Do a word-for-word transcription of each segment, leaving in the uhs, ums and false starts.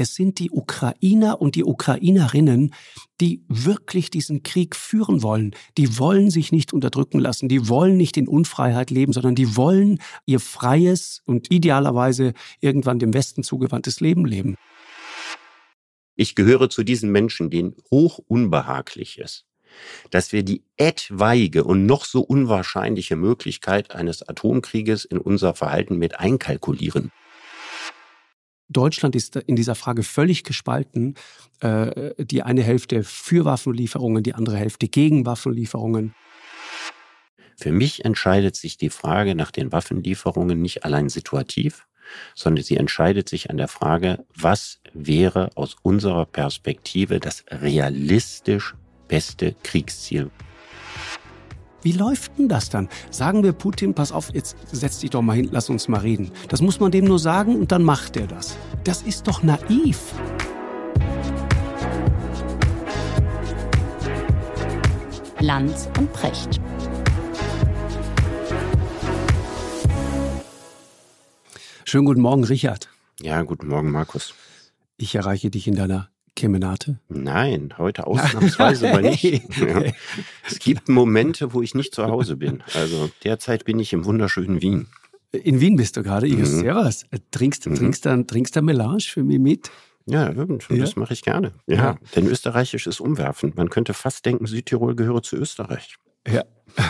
Es sind die Ukrainer und die Ukrainerinnen, die wirklich diesen Krieg führen wollen. Die wollen sich nicht unterdrücken lassen, die wollen nicht in Unfreiheit leben, sondern die wollen ihr freies und idealerweise irgendwann dem Westen zugewandtes Leben leben. Ich gehöre zu diesen Menschen, denen hoch unbehaglich ist, dass wir die etwaige und noch so unwahrscheinliche Möglichkeit eines Atomkrieges in unser Verhalten mit einkalkulieren. Deutschland ist in dieser Frage völlig gespalten. Die eine Hälfte für Waffenlieferungen, die andere Hälfte gegen Waffenlieferungen. Für mich entscheidet sich die Frage nach den Waffenlieferungen nicht allein situativ, sondern sie entscheidet sich an der Frage, was wäre aus unserer Perspektive das realistisch beste Kriegsziel. Wie läuft denn das dann? Sagen wir Putin, pass auf, jetzt setz dich doch mal hin, lass uns mal reden. Das muss man dem nur sagen und dann macht er das. Das ist doch naiv. Lanz und Precht. Schönen guten Morgen, Richard. Ja, guten Morgen, Markus. Ich erreiche dich in deiner Kemenate? Nein, heute ausnahmsweise mal nicht. Ja. Es gibt Momente, wo ich nicht zu Hause bin. Also derzeit bin ich im wunderschönen Wien. In Wien bist du gerade? Ich mhm. Servus. Trinkst, mhm. trinkst, dann, trinkst du Melange für mich mit? Ja, irgendwie, ja? Das mache ich gerne. Ja, ja. Denn Österreichisch ist umwerfend. Man könnte fast denken, Südtirol gehöre zu Österreich. Ja.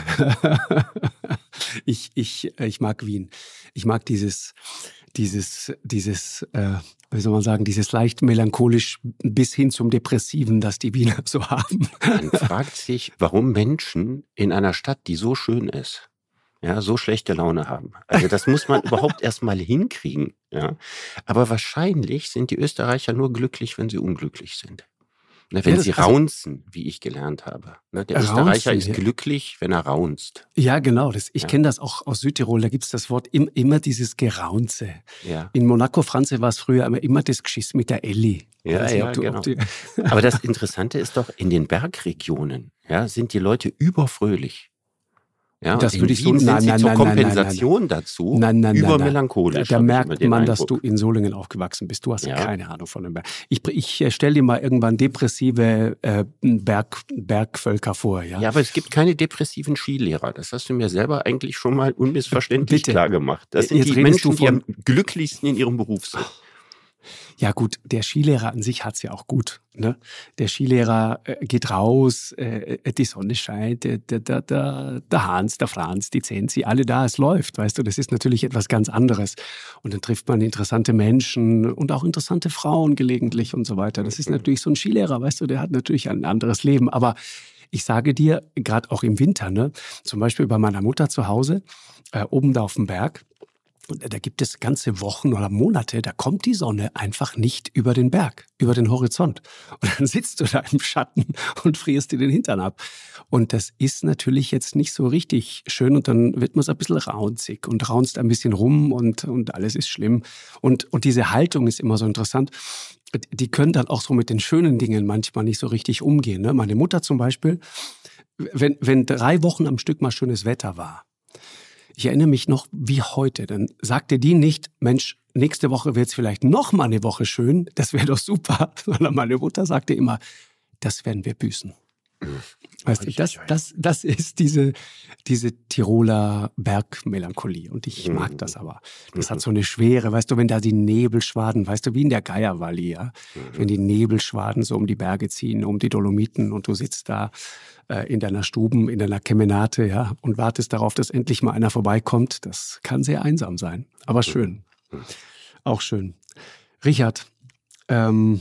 ich, ich, ich mag Wien. Ich mag dieses, dieses, dieses, äh, wie soll man sagen, dieses leicht melancholisch bis hin zum Depressiven, das die Wiener so haben. Man fragt sich, warum Menschen in einer Stadt, die so schön ist, ja, so schlechte Laune haben. Also das muss man überhaupt erst mal hinkriegen. Ja. Aber wahrscheinlich sind die Österreicher nur glücklich, wenn sie unglücklich sind. Ne, wenn ja, sie raunzen, wie ich gelernt habe. Ne, der raunzen, Österreicher ist ja. glücklich, wenn er raunzt. Ja, genau. Das, ich ja. kenne das auch aus Südtirol. Da gibt es das Wort im, immer dieses Geraunze. Ja. In Monaco, Franze war es früher immer, immer das Geschiss mit der Elli. Ja, also, ja, du, genau. Die... Aber das Interessante ist doch, in den Bergregionen ja, sind die Leute überfröhlich. Ja, das würde ich so nein, nein, sind nein, zur nein, Kompensation nein, nein, dazu nein, nein, übermelancholisch. Da, da merkt man, Eindruck. dass du in Solingen aufgewachsen bist. Du hast ja. keine Ahnung von dem Berg. Ich, ich stelle dir mal irgendwann depressive äh, Berg, Bergvölker vor. Ja? ja, aber es gibt keine depressiven Skilehrer. Das hast du mir selber eigentlich schon mal unmissverständlich klar gemacht. Das sind Jetzt die Menschen, von... die am glücklichsten in ihrem Beruf sind. Ja gut, der Skilehrer an sich hat's ja auch gut. Ne? Der Skilehrer äh, geht raus, äh, die Sonne scheint, der, der, der, der Hans, der Franz, die Zenzi, alle da, es läuft. Weißt du, das ist natürlich etwas ganz anderes. Und dann trifft man interessante Menschen und auch interessante Frauen gelegentlich und so weiter. Das ist natürlich so ein Skilehrer, weißt du, der hat natürlich ein anderes Leben. Aber ich sage dir, gerade auch im Winter, ne, zum Beispiel bei meiner Mutter zu Hause, äh, oben da auf dem Berg, und da gibt es ganze Wochen oder Monate, da kommt die Sonne einfach nicht über den Berg, über den Horizont. Und dann sitzt du da im Schatten und frierst dir den Hintern ab. Und das ist natürlich jetzt nicht so richtig schön. Und dann wird man so ein bisschen raunzig und raunzt ein bisschen rum und, und alles ist schlimm. Und, und diese Haltung ist immer so interessant. Die können dann auch so mit den schönen Dingen manchmal nicht so richtig umgehen. Ne? Meine Mutter zum Beispiel, wenn, wenn drei Wochen am Stück mal schönes Wetter war, ich erinnere mich noch wie heute, dann sagte die nicht, Mensch, nächste Woche wird es vielleicht noch mal eine Woche schön, das wäre doch super, sondern meine Mutter sagte immer, das werden wir büßen. Weißt du, das, das, das ist diese, diese Tiroler Bergmelancholie und ich mag das aber. Das hat so eine Schwere, weißt du, wenn da die Nebelschwaden, weißt du, wie in der Geierwalli, ja, wenn die Nebelschwaden so um die Berge ziehen, um die Dolomiten und du sitzt da äh, in deiner Stuben, in deiner Kemenate, ja, und wartest darauf, dass endlich mal einer vorbeikommt. Das kann sehr einsam sein, aber schön. Auch schön. Richard, ähm,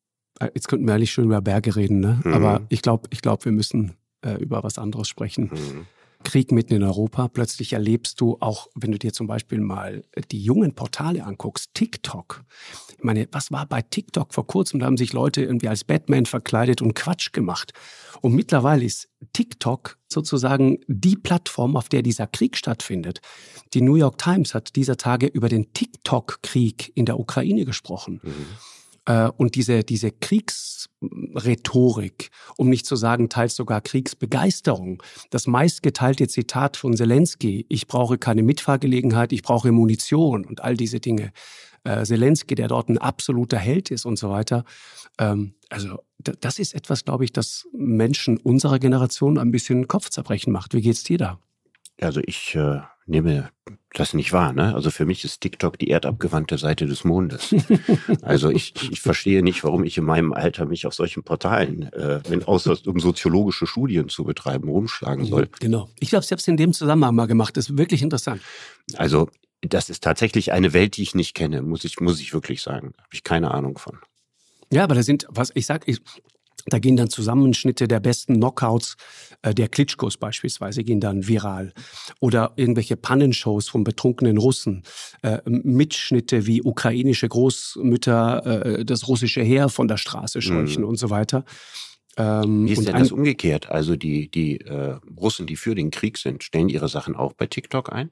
jetzt könnten wir eigentlich schön über Berge reden, ne? Mhm. Aber ich glaube, ich glaub, wir müssen äh, über was anderes sprechen. Mhm. Krieg mitten in Europa. Plötzlich erlebst du auch, wenn du dir zum Beispiel mal die jungen Portale anguckst, TikTok. Ich meine, was war bei TikTok vor kurzem? Da haben sich Leute irgendwie als Batman verkleidet und Quatsch gemacht. Und mittlerweile ist TikTok sozusagen die Plattform, auf der dieser Krieg stattfindet. Die New York Times hat dieser Tage über den TikTok-Krieg in der Ukraine gesprochen. Mhm. Und diese, diese Kriegsrhetorik, um nicht zu sagen, teils sogar Kriegsbegeisterung, das meistgeteilte Zitat von Zelensky, ich brauche keine Mitfahrgelegenheit, ich brauche Munition und all diese Dinge. äh, Zelensky, der dort ein absoluter Held ist und so weiter. Ähm, also d- das ist etwas, glaube ich, das Menschen unserer Generation ein bisschen Kopfzerbrechen macht. Wie geht's dir da? Also ich äh, nehme das nicht wahr. Ne? Also für mich ist TikTok die erdabgewandte Seite des Mondes. Also ich, ich verstehe nicht, warum ich in meinem Alter mich auf solchen Portalen, äh, wenn außer um soziologische Studien zu betreiben, rumschlagen soll. Genau. Ich habe es selbst in dem Zusammenhang mal gemacht. Das ist wirklich interessant. Also das ist tatsächlich eine Welt, die ich nicht kenne, muss ich, muss ich wirklich sagen. Habe ich keine Ahnung von. Ja, aber da sind, was ich sag, ich, da gehen dann Zusammenschnitte der besten Knockouts äh, der Klitschkos beispielsweise, gehen dann viral. Oder irgendwelche Pannenshows von betrunkenen Russen. Äh, Mitschnitte wie ukrainische Großmütter äh, das russische Heer von der Straße scheuchen Mhm. und so weiter. Ähm, Wie ist und denn ein, das umgekehrt? Also die, die äh, Russen, die für den Krieg sind, stellen ihre Sachen auch bei TikTok ein?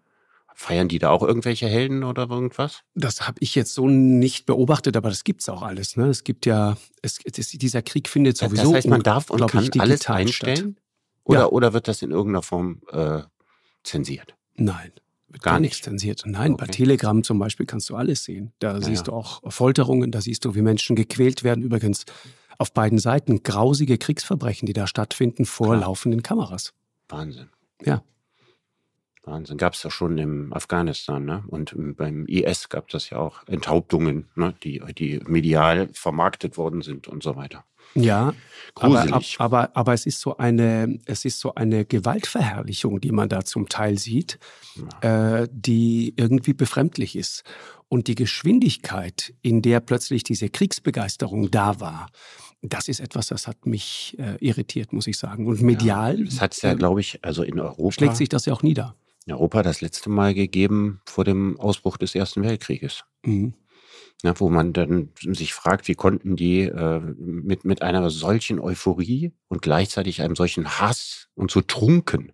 Feiern die da auch irgendwelche Helden oder irgendwas? Das habe ich jetzt so nicht beobachtet, aber das gibt's auch alles. Ne? Es gibt ja, es, es, dieser Krieg findet sowieso Das heißt, man darf und kann unglaublich alles digital einstellen? statt. Oder, Ja. oder wird das in irgendeiner Form äh, zensiert? Nein, wird Gar gar nicht. nichts zensiert. Nein, bei Okay. Telegram zum Beispiel kannst du alles sehen. Da Ja, siehst ja. du auch Folterungen, da siehst du, wie Menschen gequält werden. Übrigens auf beiden Seiten grausige Kriegsverbrechen, die da stattfinden vor Klar. laufenden Kameras. Wahnsinn. Ja. Wahnsinn. Gab es ja schon im Afghanistan, ne? Und im- beim I S gab es das ja auch. Enthauptungen, ne? die, die medial vermarktet worden sind und so weiter. Ja, aber, ab, Gruselig. aber, aber es ist so eine, es ist so eine Gewaltverherrlichung, die man da zum Teil sieht, äh, die irgendwie befremdlich ist. Und die Geschwindigkeit, in der plötzlich diese Kriegsbegeisterung da war, das ist etwas, das hat mich äh, irritiert, muss ich sagen. Und medial Es hat es ja, äh, glaube ich, also in Europa, schlägt sich das ja auch nieder. in Europa das letzte Mal gegeben vor dem Ausbruch des Ersten Weltkrieges. Mhm. Ja, wo man dann sich fragt, wie konnten die äh, mit, mit einer solchen Euphorie und gleichzeitig einem solchen Hass und so trunken,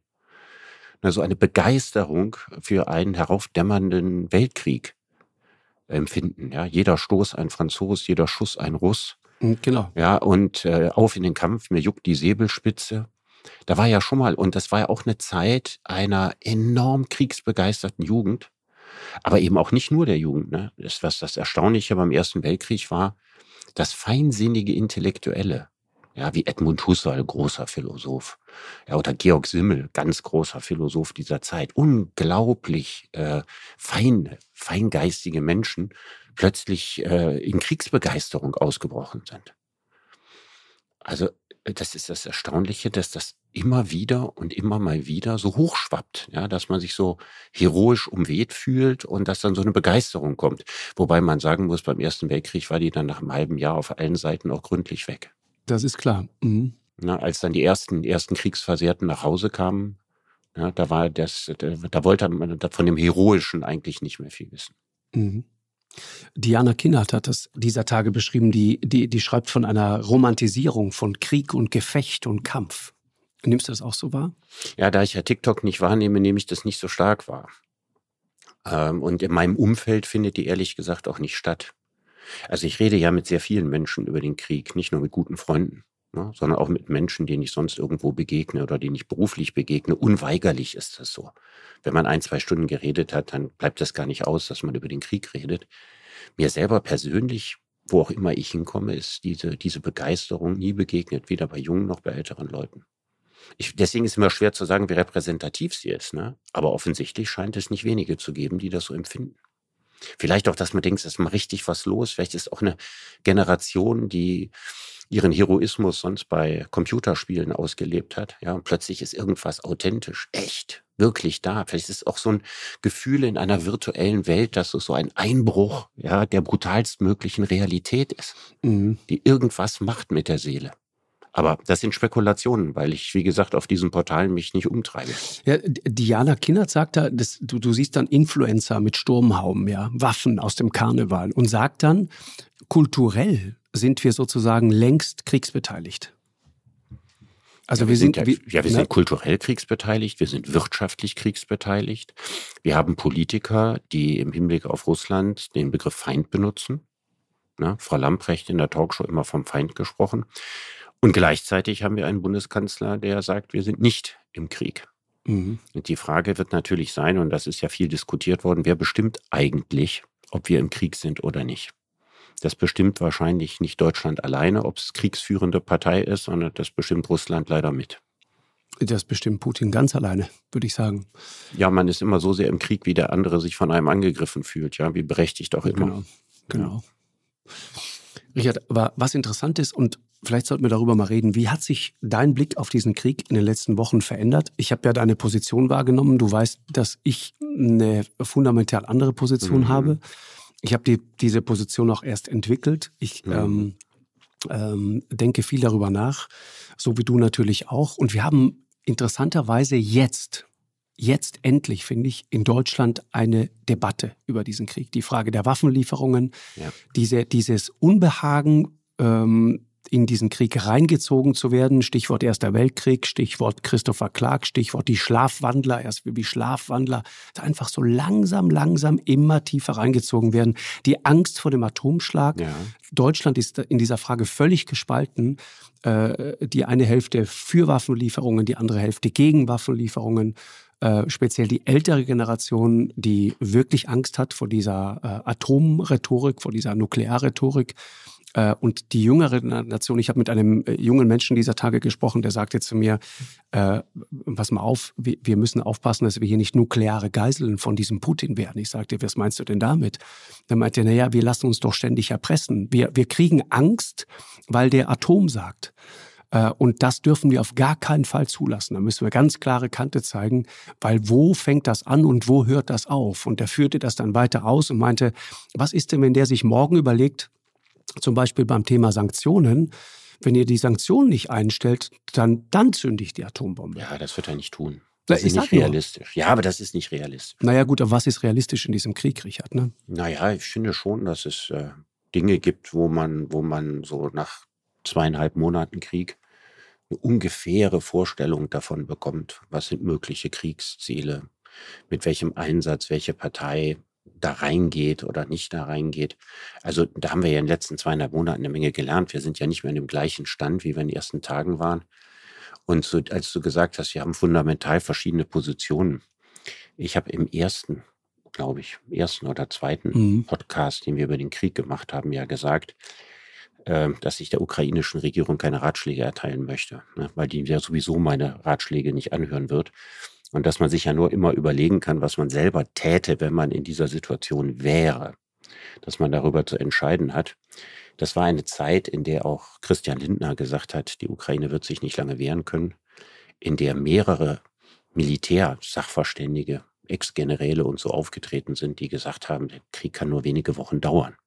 also eine Begeisterung für einen heraufdämmernden Weltkrieg empfinden. Ja, jeder Stoß ein Franzos, jeder Schuss ein Russ. Mhm, genau. Ja, und äh, auf in den Kampf, mir juckt die Säbelspitze. Da war ja schon mal, und das war ja auch eine Zeit einer enorm kriegsbegeisterten Jugend, aber eben auch nicht nur der Jugend. Ne? Das, was das Erstaunliche beim Ersten Weltkrieg war, das feinsinnige Intellektuelle. Ja, wie Edmund Husserl, großer Philosoph. Ja, oder Georg Simmel, ganz großer Philosoph dieser Zeit. Unglaublich äh, feine, feingeistige Menschen plötzlich äh, in Kriegsbegeisterung ausgebrochen sind. Also das ist das Erstaunliche, dass das immer wieder und immer mal wieder so hochschwappt, ja, dass man sich so heroisch umweht fühlt und dass dann so eine Begeisterung kommt. Wobei man sagen muss, beim Ersten Weltkrieg war die dann nach einem halben Jahr auf allen Seiten auch gründlich weg. Das ist klar. Mhm. Na, als dann die ersten, ersten Kriegsversehrten nach Hause kamen, ja, da war das, da, da wollte man von dem Heroischen eigentlich nicht mehr viel wissen. Mhm. Diana Kinnert hat das dieser Tage beschrieben, die, die, die schreibt von einer Romantisierung von Krieg und Gefecht und Kampf. Nimmst du das auch so wahr? Ja, da ich ja TikTok nicht wahrnehme, nehme ich das nicht so stark wahr. Ähm, und in meinem Umfeld findet die ehrlich gesagt auch nicht statt. Also ich rede ja mit sehr vielen Menschen über den Krieg, nicht nur mit guten Freunden, ne, sondern auch mit Menschen, denen ich sonst irgendwo begegne oder denen ich beruflich begegne. Unweigerlich ist das so. Wenn man ein, zwei Stunden geredet hat, dann bleibt das gar nicht aus, dass man über den Krieg redet. Mir selber persönlich, wo auch immer ich hinkomme, ist diese, diese Begeisterung nie begegnet, weder bei jungen noch bei älteren Leuten. Ich, deswegen ist es immer schwer zu sagen, wie repräsentativ sie ist. Ne? Aber offensichtlich scheint es nicht wenige zu geben, die das so empfinden. Vielleicht auch, dass man denkt, es ist mal richtig was los. Vielleicht ist auch eine Generation, die ihren Heroismus sonst bei Computerspielen ausgelebt hat. Ja, und plötzlich ist irgendwas authentisch, echt, wirklich da. Vielleicht ist es auch so ein Gefühl in einer virtuellen Welt, dass es so ein Einbruch, ja, der brutalstmöglichen Realität ist, Mhm. die irgendwas macht mit der Seele. Aber das sind Spekulationen, weil ich, wie gesagt, auf diesen Portalen mich nicht umtreibe. Ja, Diana Kinnert sagt da, das, du, du siehst dann Influencer mit Sturmhauben, ja, Waffen aus dem Karneval und sagt dann, kulturell sind wir sozusagen längst kriegsbeteiligt. Also ja, wir, wir sind, sind, ja, wir, ja, wir ne? sind kulturell kriegsbeteiligt, wir sind wirtschaftlich kriegsbeteiligt. Wir haben Politiker, die im Hinblick auf Russland den Begriff Feind benutzen. Na, Frau Lamprecht in der Talkshow immer vom Feind gesprochen. Und gleichzeitig haben wir einen Bundeskanzler, der sagt, wir sind nicht im Krieg. Mhm. Und die Frage wird natürlich sein, und das ist ja viel diskutiert worden, wer bestimmt eigentlich, ob wir im Krieg sind oder nicht. Das bestimmt wahrscheinlich nicht Deutschland alleine, ob es kriegsführende Partei ist, sondern das bestimmt Russland leider mit. Das bestimmt Putin ganz alleine, würde ich sagen. Ja, man ist immer so sehr im Krieg, wie der andere sich von einem angegriffen fühlt, ja, wie berechtigt auch immer. Genau, genau. Ja. Richard, aber was interessant ist, und vielleicht sollten wir darüber mal reden, wie hat sich dein Blick auf diesen Krieg in den letzten Wochen verändert? Ich habe ja deine Position wahrgenommen. Du weißt, dass ich eine fundamental andere Position mhm. habe. Ich habe die, diese Position auch erst entwickelt. Ich mhm. ähm, ähm, denke viel darüber nach, so wie du natürlich auch. Und wir haben interessanterweise jetzt, jetzt endlich, finde ich, in Deutschland eine Debatte über diesen Krieg. Die Frage der Waffenlieferungen, ja. diese, dieses Unbehagen, ähm, in diesen Krieg reingezogen zu werden. Stichwort Erster Weltkrieg, Stichwort Christopher Clark, Stichwort die Schlafwandler, erst wie Schlafwandler, einfach so langsam, langsam immer tiefer reingezogen werden. Die Angst vor dem Atomschlag. Ja. Deutschland ist in dieser Frage völlig gespalten. Äh, die eine Hälfte für Waffenlieferungen, die andere Hälfte gegen Waffenlieferungen. Äh, speziell die ältere Generation, die wirklich Angst hat vor dieser äh, Atomrhetorik, vor dieser Nuklearrhetorik. Und die jüngere Nation, ich habe mit einem jungen Menschen dieser Tage gesprochen, der sagte zu mir, äh, pass mal auf, wir, wir müssen aufpassen, dass wir hier nicht nukleare Geiseln von diesem Putin werden. Ich sagte, was meinst du denn damit? Dann meinte er, naja, wir lassen uns doch ständig erpressen. Wir, wir kriegen Angst, weil der Atom sagt. Äh, und das dürfen wir auf gar keinen Fall zulassen. Da müssen wir ganz klare Kante zeigen, weil wo fängt das an und wo hört das auf? Und der führte das dann weiter aus und meinte, was ist denn, wenn der sich morgen überlegt, zum Beispiel beim Thema Sanktionen, wenn ihr die Sanktionen nicht einstellt, dann, dann zünde ich die Atombombe. Ja, das wird er nicht tun. Das ich ist nicht realistisch. Nur. Ja, aber das ist nicht realistisch. Naja gut, aber was ist realistisch in diesem Krieg, Richard? Ne? Naja, ich finde schon, dass es äh, Dinge gibt, wo man, wo man so nach zweieinhalb Monaten Krieg eine ungefähre Vorstellung davon bekommt, was sind mögliche Kriegsziele, mit welchem Einsatz, welche Partei da reingeht oder nicht da reingeht. Also da haben wir ja in den letzten zweieinhalb Monaten eine Menge gelernt. Wir sind ja nicht mehr in dem gleichen Stand, wie wir in den ersten Tagen waren. Und so, als du gesagt hast, wir haben fundamental verschiedene Positionen. Ich habe im ersten, glaube ich, ersten oder zweiten mhm. Podcast, den wir über den Krieg gemacht haben, ja gesagt, äh, dass ich der ukrainischen Regierung keine Ratschläge erteilen möchte, ne, weil die ja sowieso meine Ratschläge nicht anhören wird. Und dass man sich ja nur immer überlegen kann, was man selber täte, wenn man in dieser Situation wäre. Dass man darüber zu entscheiden hat. Das war eine Zeit, in der auch Christian Lindner gesagt hat, die Ukraine wird sich nicht lange wehren können, in der mehrere Militärsachverständige, Ex-Generäle und so aufgetreten sind, die gesagt haben, der Krieg kann nur wenige Wochen dauern.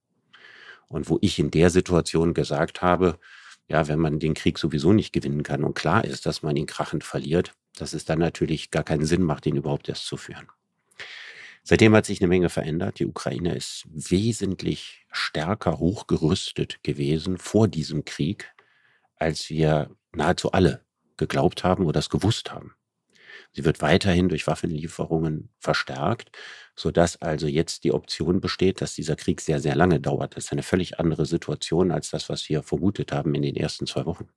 Und wo ich in der Situation gesagt habe, ja, wenn man den Krieg sowieso nicht gewinnen kann und klar ist, dass man ihn krachend verliert, dass es dann natürlich gar keinen Sinn macht, ihn überhaupt erst zu führen. Seitdem hat sich eine Menge verändert. Die Ukraine ist wesentlich stärker hochgerüstet gewesen vor diesem Krieg, als wir nahezu alle geglaubt haben oder es gewusst haben. Sie wird weiterhin durch Waffenlieferungen verstärkt, sodass also jetzt die Option besteht, dass dieser Krieg sehr, sehr lange dauert. Das ist eine völlig andere Situation als das, was wir vermutet haben in den ersten zwei Wochen.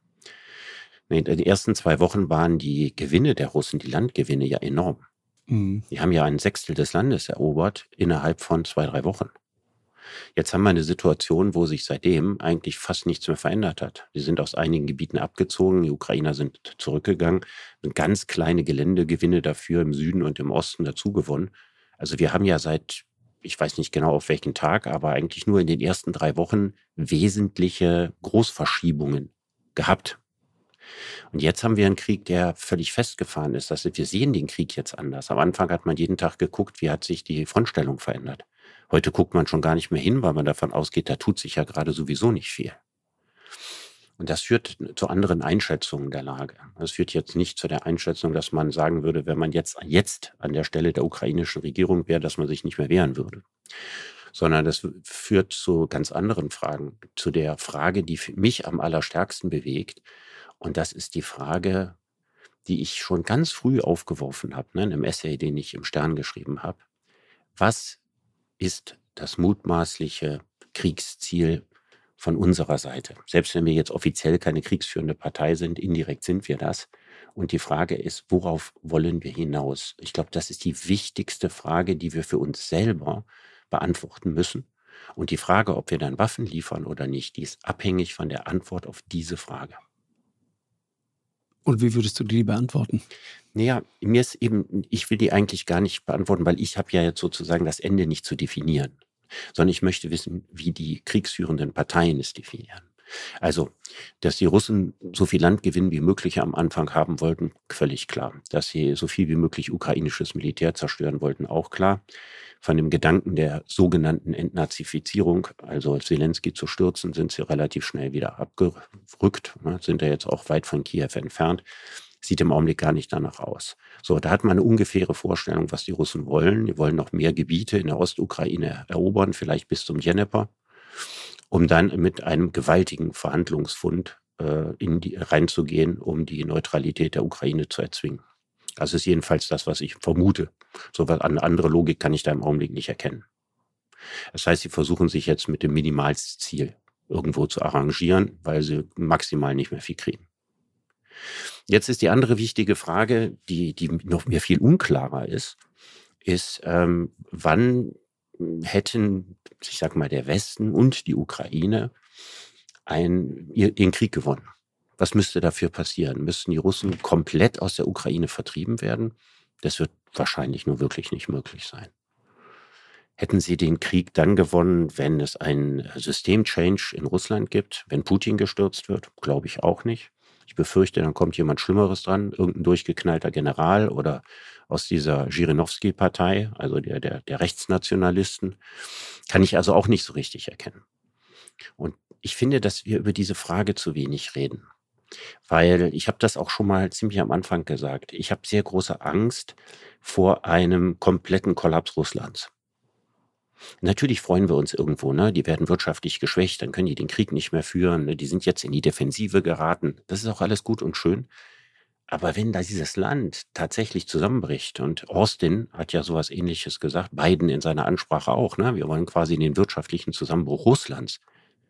In den ersten zwei Wochen waren die Gewinne der Russen, die Landgewinne, ja enorm. Mhm. Die haben ja ein Sechstel des Landes erobert innerhalb von zwei, drei Wochen. Jetzt haben wir eine Situation, wo sich seitdem eigentlich fast nichts mehr verändert hat. Sie sind aus einigen Gebieten abgezogen, die Ukrainer sind zurückgegangen, sind ganz kleine Geländegewinne dafür im Süden und im Osten dazugewonnen. Also wir haben ja seit, ich weiß nicht genau auf welchen Tag, aber eigentlich nur in den ersten drei Wochen wesentliche Großverschiebungen gehabt. Und jetzt haben wir einen Krieg, der völlig festgefahren ist. Das heißt, wir sehen den Krieg jetzt anders. Am Anfang hat man jeden Tag geguckt, wie hat sich die Frontstellung verändert. Heute guckt man schon gar nicht mehr hin, weil man davon ausgeht, da tut sich ja gerade sowieso nicht viel. Und das führt zu anderen Einschätzungen der Lage. Das führt jetzt nicht zu der Einschätzung, dass man sagen würde, wenn man jetzt, jetzt an der Stelle der ukrainischen Regierung wäre, dass man sich nicht mehr wehren würde. Sondern das führt zu ganz anderen Fragen. Zu der Frage, die mich am allerstärksten bewegt. Und das ist die Frage, die ich schon ganz früh aufgeworfen habe, ne, in einem Essay, den ich im Stern geschrieben habe. Was ist das mutmaßliche Kriegsziel von unserer Seite? Selbst wenn wir jetzt offiziell keine kriegsführende Partei sind, indirekt sind wir das. Und die Frage ist, worauf wollen wir hinaus? Ich glaube, das ist die wichtigste Frage, die wir für uns selber beantworten müssen. Und die Frage, ob wir dann Waffen liefern oder nicht, die ist abhängig von der Antwort auf diese Frage. Und wie würdest du die beantworten? Naja, mir ist eben, ich will die eigentlich gar nicht beantworten, weil ich habe ja jetzt sozusagen das Ende nicht zu definieren, sondern ich möchte wissen, wie die kriegsführenden Parteien es definieren. Also, dass die Russen so viel Land gewinnen wie möglich am Anfang haben wollten, völlig klar. Dass sie so viel wie möglich ukrainisches Militär zerstören wollten, auch klar. Von dem Gedanken der sogenannten Entnazifizierung, also Zelensky zu stürzen, sind sie relativ schnell wieder abgerückt, ne, sind ja jetzt auch weit von Kiew entfernt. Sieht im Augenblick gar nicht danach aus. So, da hat man eine ungefähre Vorstellung, was die Russen wollen. Die wollen noch mehr Gebiete in der Ostukraine erobern, vielleicht bis zum Dnepr, um dann mit einem gewaltigen Verhandlungsfund äh, in die, reinzugehen, um die Neutralität der Ukraine zu erzwingen. Das ist jedenfalls das, was ich vermute. So was, eine andere Logik kann ich da im Augenblick nicht erkennen. Das heißt, sie versuchen sich jetzt mit dem Minimalziel irgendwo zu arrangieren, weil sie maximal nicht mehr viel kriegen. Jetzt ist die andere wichtige Frage, die, die noch mehr viel unklarer ist, ist, ähm, wann hätten, ich sag mal, der Westen und die Ukraine ein, den Krieg gewonnen? Was müsste dafür passieren? Müssten die Russen komplett aus der Ukraine vertrieben werden? Das wird wahrscheinlich nur wirklich nicht möglich sein. Hätten sie den Krieg dann gewonnen, wenn es einen Systemchange in Russland gibt, wenn Putin gestürzt wird? Glaube ich auch nicht. Ich befürchte, dann kommt jemand Schlimmeres dran, irgendein durchgeknallter General oder aus dieser Zhirinovsky-Partei, also der, der, der Rechtsnationalisten. Kann ich also auch nicht so richtig erkennen. Und ich finde, dass wir über diese Frage zu wenig reden. Weil ich habe das auch schon mal ziemlich am Anfang gesagt. Ich habe sehr große Angst vor einem kompletten Kollaps Russlands. Natürlich freuen wir uns irgendwo, ne? Die werden wirtschaftlich geschwächt, dann können die den Krieg nicht mehr führen, ne? Die sind jetzt in die Defensive geraten. Das ist auch alles gut und schön. Aber wenn da dieses Land tatsächlich zusammenbricht, und Austin hat ja sowas Ähnliches gesagt, Biden in seiner Ansprache auch, ne? Wir wollen quasi den wirtschaftlichen Zusammenbruch Russlands,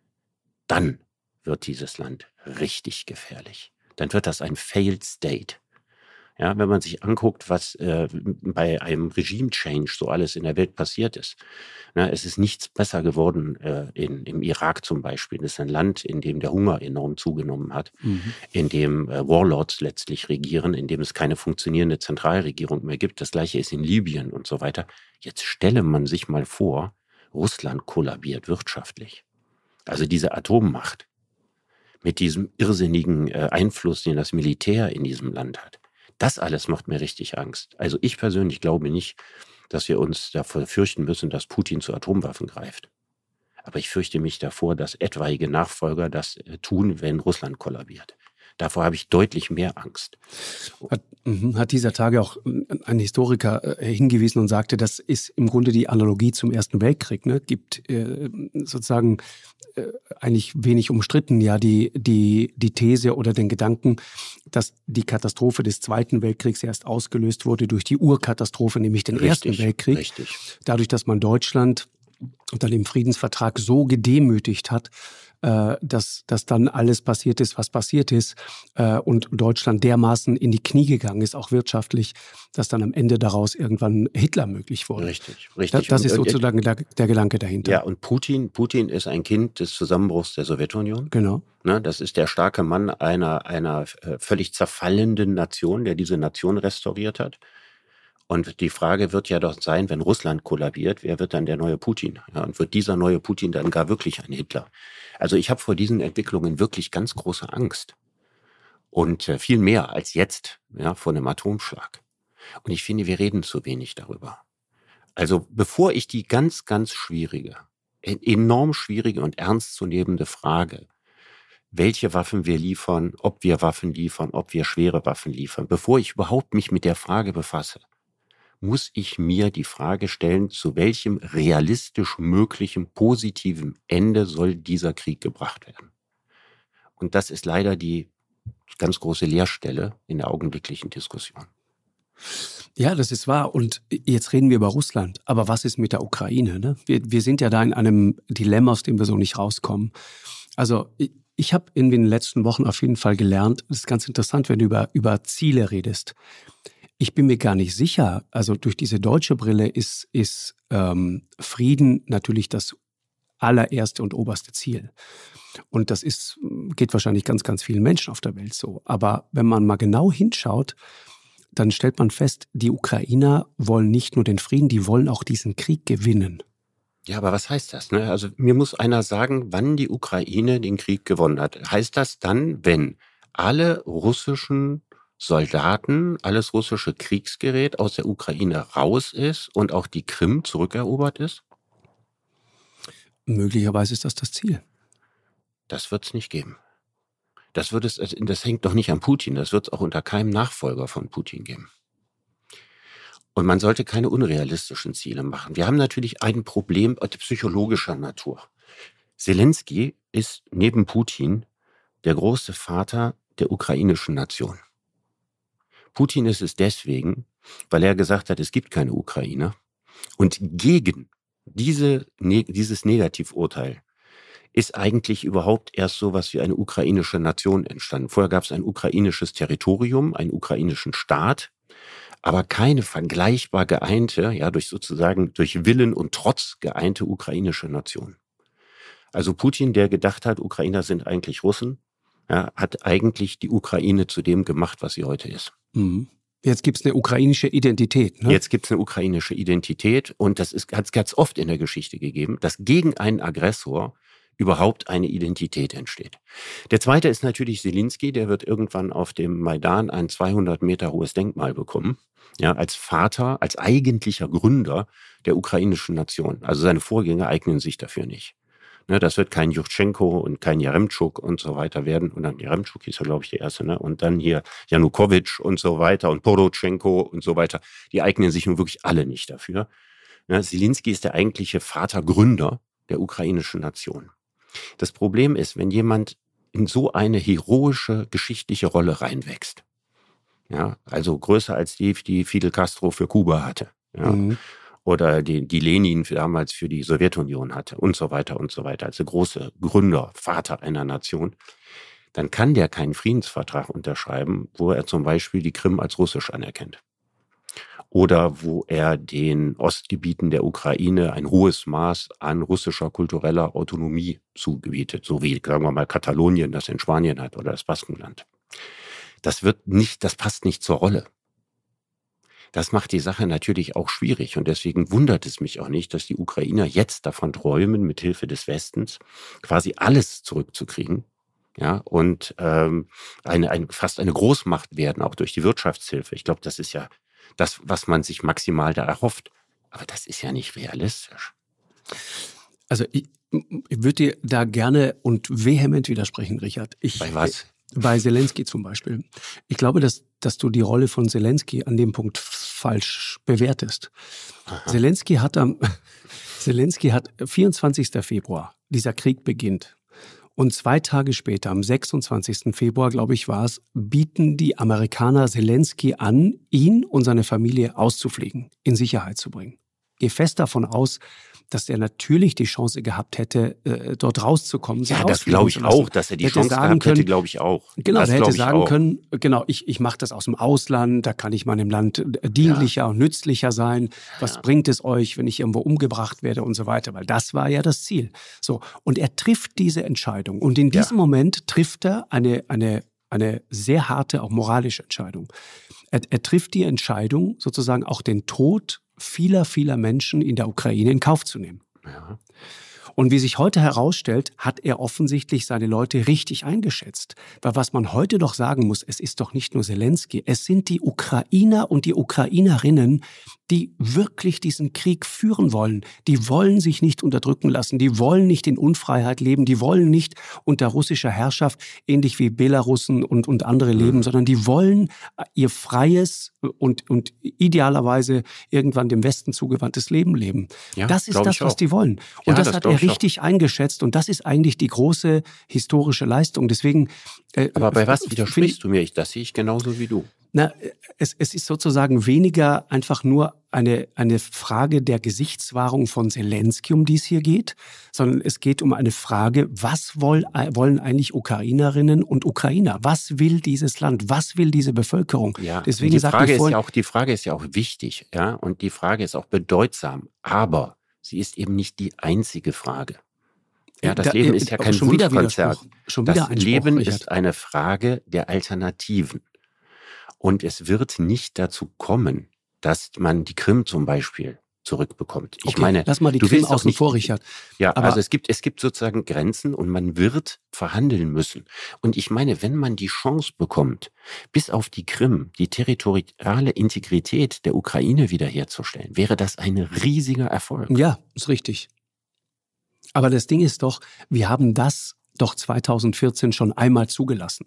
dann wird dieses Land richtig gefährlich. Dann wird das ein Failed State. Ja, wenn man sich anguckt, was äh, bei einem Regime-Change so alles in der Welt passiert ist. Na, es ist nichts besser geworden äh, in, im Irak zum Beispiel. Das ist ein Land, in dem der Hunger enorm zugenommen hat, mhm. in dem äh, Warlords letztlich regieren, in dem es keine funktionierende Zentralregierung mehr gibt. Das Gleiche ist in Libyen und so weiter. Jetzt stelle man sich mal vor, Russland kollabiert wirtschaftlich. Also diese Atommacht mit diesem irrsinnigen äh, Einfluss, den das Militär in diesem Land hat. Das alles macht mir richtig Angst. Also ich persönlich glaube nicht, dass wir uns davor fürchten müssen, dass Putin zu Atomwaffen greift. Aber ich fürchte mich davor, dass etwaige Nachfolger das äh, tun, wenn Russland kollabiert. Davor habe ich deutlich mehr Angst. Hat, hat dieser Tage auch ein Historiker äh, hingewiesen und sagte, das ist im Grunde die Analogie zum Ersten Weltkrieg. Ne? Gibt äh, sozusagen äh, eigentlich wenig umstritten ja die, die, die These oder den Gedanken, dass die Katastrophe des Zweiten Weltkriegs erst ausgelöst wurde durch die Urkatastrophe, nämlich den Richtig, Ersten Weltkrieg. Richtig. Dadurch, dass man Deutschland unter dem Friedensvertrag so gedemütigt hat, äh, dass, dass dann alles passiert ist, was passiert ist äh, und Deutschland dermaßen in die Knie gegangen ist, auch wirtschaftlich, dass dann am Ende daraus irgendwann Hitler möglich wurde. Richtig, richtig. Das, das ist sozusagen der, der Gedanke dahinter. Ja, und Putin, Putin ist ein Kind des Zusammenbruchs der Sowjetunion. Genau. Ne, das ist der starke Mann einer, einer völlig zerfallenden Nation, der diese Nation restauriert hat. Und die Frage wird ja doch sein, wenn Russland kollabiert, wer wird dann der neue Putin? Ja, und wird dieser neue Putin dann gar wirklich ein Hitler? Also ich habe vor diesen Entwicklungen wirklich ganz große Angst. Und äh, viel mehr als jetzt, ja, vor einem Atomschlag. Und ich finde, wir reden zu wenig darüber. Also bevor ich die ganz, ganz schwierige, enorm schwierige und ernstzunehmende Frage, welche Waffen wir liefern, ob wir Waffen liefern, ob wir schwere Waffen liefern, bevor ich überhaupt mich mit der Frage befasse, muss ich mir die Frage stellen, zu welchem realistisch möglichen positiven Ende soll dieser Krieg gebracht werden? Und das ist leider die ganz große Leerstelle in der augenblicklichen Diskussion. Ja, das ist wahr. Und jetzt reden wir über Russland. Aber was ist mit der Ukraine? Ne? Wir, wir sind ja da in einem Dilemma, aus dem wir so nicht rauskommen. Also ich, ich habe in den letzten Wochen auf jeden Fall gelernt, das ist ganz interessant, wenn du über, über Ziele redest. Ich bin mir gar nicht sicher. Also durch diese deutsche Brille ist, ist ähm, Frieden natürlich das allererste und oberste Ziel. Und das ist, geht wahrscheinlich ganz, ganz vielen Menschen auf der Welt so. Aber wenn man mal genau hinschaut, dann stellt man fest, die Ukrainer wollen nicht nur den Frieden, die wollen auch diesen Krieg gewinnen. Ja, aber was heißt das? Ne? Also mir muss einer sagen, wann die Ukraine den Krieg gewonnen hat. Heißt das dann, wenn alle russischen Soldaten, alles russische Kriegsgerät aus der Ukraine raus ist und auch die Krim zurückerobert ist? Möglicherweise ist das das Ziel. Das wird es nicht geben. Das, wird es, das hängt doch nicht an Putin. Das wird es auch unter keinem Nachfolger von Putin geben. Und man sollte keine unrealistischen Ziele machen. Wir haben natürlich ein Problem psychologischer Natur. Zelensky ist neben Putin der große Vater der ukrainischen Nation. Putin ist es deswegen, weil er gesagt hat, es gibt keine Ukraine. Und gegen diese, dieses Negativurteil ist eigentlich überhaupt erst sowas wie eine ukrainische Nation entstanden. Vorher gab es ein ukrainisches Territorium, einen ukrainischen Staat, aber keine vergleichbar geeinte, ja, durch sozusagen durch Willen und Trotz geeinte ukrainische Nation. Also Putin, der gedacht hat, Ukrainer sind eigentlich Russen, ja, hat eigentlich die Ukraine zu dem gemacht, was sie heute ist. Mhm. Jetzt gibt es eine ukrainische Identität. Ne? Jetzt gibt es eine ukrainische Identität und das hat es ganz oft in der Geschichte gegeben, dass gegen einen Aggressor überhaupt eine Identität entsteht. Der zweite ist natürlich Zelensky, der wird irgendwann auf dem Maidan ein zweihundert Meter hohes Denkmal bekommen, ja, als Vater, als eigentlicher Gründer der ukrainischen Nation. Also seine Vorgänger eignen sich dafür nicht. Ne, das wird kein Juchtschenko und kein Jaremtschuk und so weiter werden. Und dann Jaremtschuk hieß ja, glaube ich, der erste. Ne? Und dann hier Janukowitsch und so weiter und Porotschenko und so weiter. Die eignen sich nun wirklich alle nicht dafür. Ne, Zelensky ist der eigentliche Vater-Gründer der ukrainischen Nation. Das Problem ist, wenn jemand in so eine heroische geschichtliche Rolle reinwächst, ja, also größer als die, die Fidel Castro für Kuba hatte, ja, mhm. oder die, die Lenin damals für die Sowjetunion hatte und so weiter und so weiter, als der große Gründer, Vater einer Nation, dann kann der keinen Friedensvertrag unterschreiben, wo er zum Beispiel die Krim als russisch anerkennt. Oder wo er den Ostgebieten der Ukraine ein hohes Maß an russischer kultureller Autonomie zugebietet, so wie, sagen wir mal, Katalonien das in Spanien hat oder das Baskenland. Das wird nicht, das passt nicht zur Rolle. Das macht die Sache natürlich auch schwierig und deswegen wundert es mich auch nicht, dass die Ukrainer jetzt davon träumen, mit Hilfe des Westens quasi alles zurückzukriegen, ja, und ähm, eine, eine, fast eine Großmacht werden, auch durch die Wirtschaftshilfe. Ich glaube, das ist ja das, was man sich maximal da erhofft. Aber das ist ja nicht realistisch. Also ich, ich würde dir da gerne und vehement widersprechen, Richard. Ich, Bei was? Bei Zelensky zum Beispiel. Ich glaube, dass, dass du die Rolle von Zelensky an dem Punkt falsch bewertest. Aha. Zelensky hat am Zelensky hat vierundzwanzigsten Februar, dieser Krieg beginnt. Und zwei Tage später, am sechsundzwanzigsten Februar, glaube ich, war es, bieten die Amerikaner Zelensky an, ihn und seine Familie auszufliegen, in Sicherheit zu bringen. Ich gehe fest davon aus, dass er natürlich die Chance gehabt hätte, äh, dort rauszukommen. Ja, das glaube ich auch, dass er die Chance gehabt hätte, glaube ich auch. Genau, das er hätte sagen können, genau, ich, ich mache das aus dem Ausland, da kann ich meinem Land dienlicher ja. und nützlicher sein. Was ja. bringt es euch, wenn ich irgendwo umgebracht werde und so weiter? Weil das war ja das Ziel. So, und er trifft diese Entscheidung. Und in diesem ja. Moment trifft er eine, eine, eine sehr harte, auch moralische Entscheidung. Er, er trifft die Entscheidung, sozusagen auch den Tod vieler, vieler Menschen in der Ukraine in Kauf zu nehmen. Ja. Und wie sich heute herausstellt, hat er offensichtlich seine Leute richtig eingeschätzt. Weil was man heute doch sagen muss, es ist doch nicht nur Zelensky, es sind die Ukrainer und die Ukrainerinnen, die wirklich diesen Krieg führen wollen. Die wollen sich nicht unterdrücken lassen, die wollen nicht in Unfreiheit leben, die wollen nicht unter russischer Herrschaft, ähnlich wie Belarussen und, und andere leben, mhm. sondern die wollen ihr freies und, und idealerweise irgendwann dem Westen zugewandtes Leben leben. Ja, das ist das, was die wollen. Und ja, das, das hat er richtig richtig eingeschätzt und das ist eigentlich die große historische Leistung. Deswegen. Äh, Aber bei was f- widersprichst find- du mir? Ich, das sehe ich genauso wie du. Na, es, es ist sozusagen weniger einfach nur eine, eine Frage der Gesichtswahrung von Zelensky, um die es hier geht, sondern es geht um eine Frage, was woll, wollen eigentlich Ukrainerinnen und Ukrainer? Was will dieses Land? Was will diese Bevölkerung? Ja, Deswegen die sagte Frage ich ist vorhin, ja auch, die Frage ist ja auch wichtig, ja, und die Frage ist auch bedeutsam, aber sie ist eben nicht die einzige Frage. Ja, das Da- Leben äh, ist ja aber kein schon wieder Wunschkonzert. Widerspruch. Schon wieder Das Einspruch, Leben Richard. ist eine Frage der Alternativen. Und es wird nicht dazu kommen, dass man die Krim zum Beispiel zurückbekommt. Ich Okay, meine, lass mal die du Krim willst doch außen nicht- vor, Richard. Ja, Aber- also es gibt, es gibt sozusagen Grenzen und man wird verhandeln müssen. Und ich meine, wenn man die Chance bekommt, bis auf die Krim die territoriale Integrität der Ukraine wiederherzustellen, wäre das ein riesiger Erfolg. Ja, ist richtig. Aber das Ding ist doch, wir haben das doch zweitausendvierzehn schon einmal zugelassen.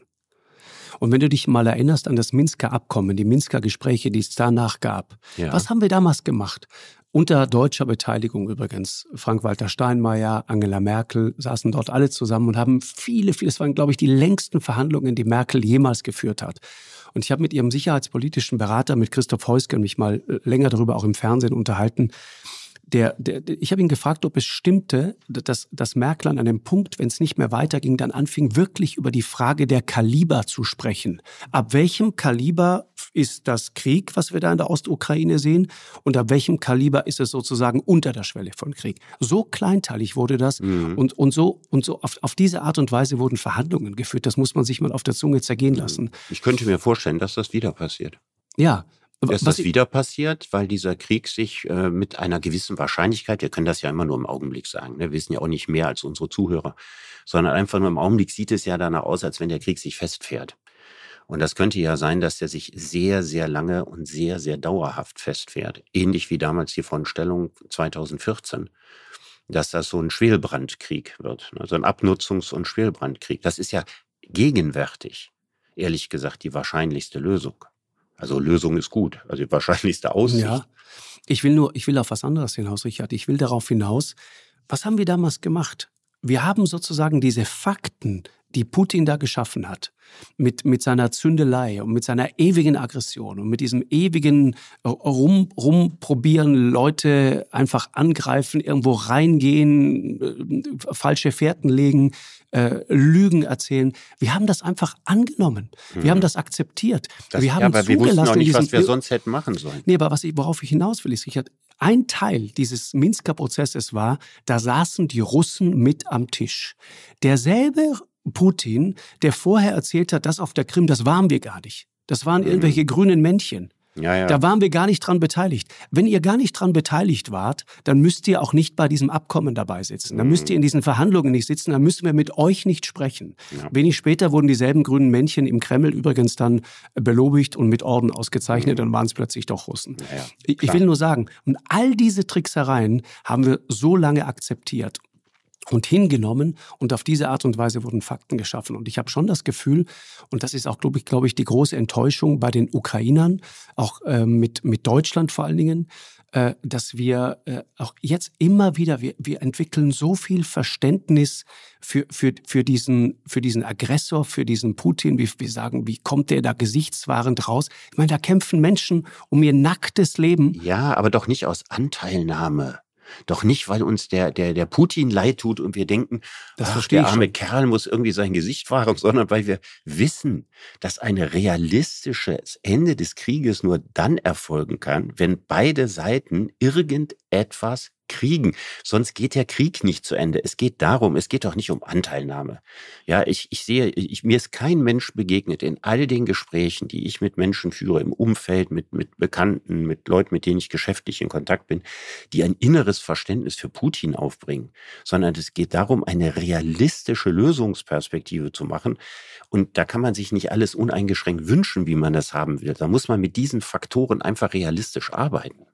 Und wenn du dich mal erinnerst an das Minsker Abkommen, die Minsker Gespräche, die es danach gab, Ja. was haben wir damals gemacht? Unter deutscher Beteiligung übrigens. Frank-Walter Steinmeier, Angela Merkel saßen dort alle zusammen und haben viele, viele, es waren, glaube ich, die längsten Verhandlungen, die Merkel jemals geführt hat. Und ich habe mit ihrem sicherheitspolitischen Berater, mit Christoph Heusgen, mich mal äh, länger darüber auch im Fernsehen unterhalten. Der, der, der, ich habe ihn gefragt, ob es stimmte, dass, dass Merkel an einem Punkt, wenn es nicht mehr weiterging, dann anfing, wirklich über die Frage der Kaliber zu sprechen. Ab welchem Kaliber ist das Krieg, was wir da in der Ostukraine sehen, und ab welchem Kaliber ist es sozusagen unter der Schwelle von Krieg? So kleinteilig wurde das Mhm. und, und so, und so auf, auf diese Art und Weise wurden Verhandlungen geführt. Das muss man sich mal auf der Zunge zergehen lassen. Ich könnte mir vorstellen, dass das wieder passiert. Ja. Dass Was das ich- wieder passiert, weil dieser Krieg sich äh, mit einer gewissen Wahrscheinlichkeit, wir können das ja immer nur im Augenblick sagen, ne? Wir wissen ja auch nicht mehr als unsere Zuhörer, sondern einfach nur im Augenblick sieht es ja danach aus, als wenn der Krieg sich festfährt. Und das könnte ja sein, dass der sich sehr, sehr lange und sehr, sehr dauerhaft festfährt. Ähnlich wie damals die Vorstellung zweitausendvierzehn, dass das so ein Schwelbrandkrieg wird, ne? So ein Abnutzungs- und Schwelbrandkrieg. Das ist ja gegenwärtig, ehrlich gesagt, die wahrscheinlichste Lösung. Also Lösung ist gut, also die wahrscheinlichste Aussicht. Ja, ich will nur, ich will auf was anderes hinaus, Richard. Ich will darauf hinaus, was haben wir damals gemacht? Wir haben sozusagen diese Fakten, die Putin da geschaffen hat, mit, mit seiner Zündelei und mit seiner ewigen Aggression und mit diesem ewigen rum, rumprobieren, Leute einfach angreifen, irgendwo reingehen, äh, falsche Fährten legen, äh, Lügen erzählen. Wir haben das einfach angenommen. Wir Mhm. haben das akzeptiert. Das, wir ja, haben aber wir wussten zugelassen auch in nicht, was diesem- wir sonst hätten machen sollen. Nee, aber was ich, worauf ich hinaus will, ist, Richard, ein Teil dieses Minsker Prozesses war, da saßen die Russen mit am Tisch. Derselbe Putin, der vorher erzählt hat, das auf der Krim, das waren wir gar nicht. Das waren Mhm. irgendwelche grünen Männchen. Ja, ja. Da waren wir gar nicht dran beteiligt. Wenn ihr gar nicht dran beteiligt wart, dann müsst ihr auch nicht bei diesem Abkommen dabei sitzen. Dann müsst ihr in diesen Verhandlungen nicht sitzen, dann müssen wir mit euch nicht sprechen. Ja. Wenig später wurden dieselben grünen Männchen im Kreml übrigens dann belobigt und mit Orden ausgezeichnet, dann waren es plötzlich doch Russen. Ja, ja, Ich, ich klar. will nur sagen, und all diese Tricksereien haben wir so lange akzeptiert und hingenommen und auf diese Art und Weise wurden Fakten geschaffen. Und ich habe schon das Gefühl, und das ist auch, glaube ich, glaube ich, die große Enttäuschung bei den Ukrainern, auch äh, mit, mit Deutschland vor allen Dingen, äh, dass wir äh, auch jetzt immer wieder, wir, wir entwickeln so viel Verständnis für, für, für, diesen, für diesen Aggressor, für diesen Putin. Wir, wir sagen, wie kommt der da gesichtswahrend raus? Ich meine, da kämpfen Menschen um ihr nacktes Leben. Ja, aber doch nicht aus Anteilnahme. Doch nicht, weil uns der, der, der Putin leid tut und wir denken, Das ach, verstehe der ich arme schon. Kerl muss irgendwie sein Gesicht wahren, sondern weil wir wissen, dass ein realistisches Ende des Krieges nur dann erfolgen kann, wenn beide Seiten irgendetwas kriegen. Sonst geht der Krieg nicht zu Ende. Es geht darum, es geht doch nicht um Anteilnahme. Ja, ich, ich sehe, ich, mir ist kein Mensch begegnet in all den Gesprächen, die ich mit Menschen führe, im Umfeld, mit, mit Bekannten, mit Leuten, mit denen ich geschäftlich in Kontakt bin, die ein inneres Verständnis für Putin aufbringen, sondern es geht darum, eine realistische Lösungsperspektive zu machen. Und da kann man sich nicht alles uneingeschränkt wünschen, wie man das haben will. Da muss man mit diesen Faktoren einfach realistisch arbeiten.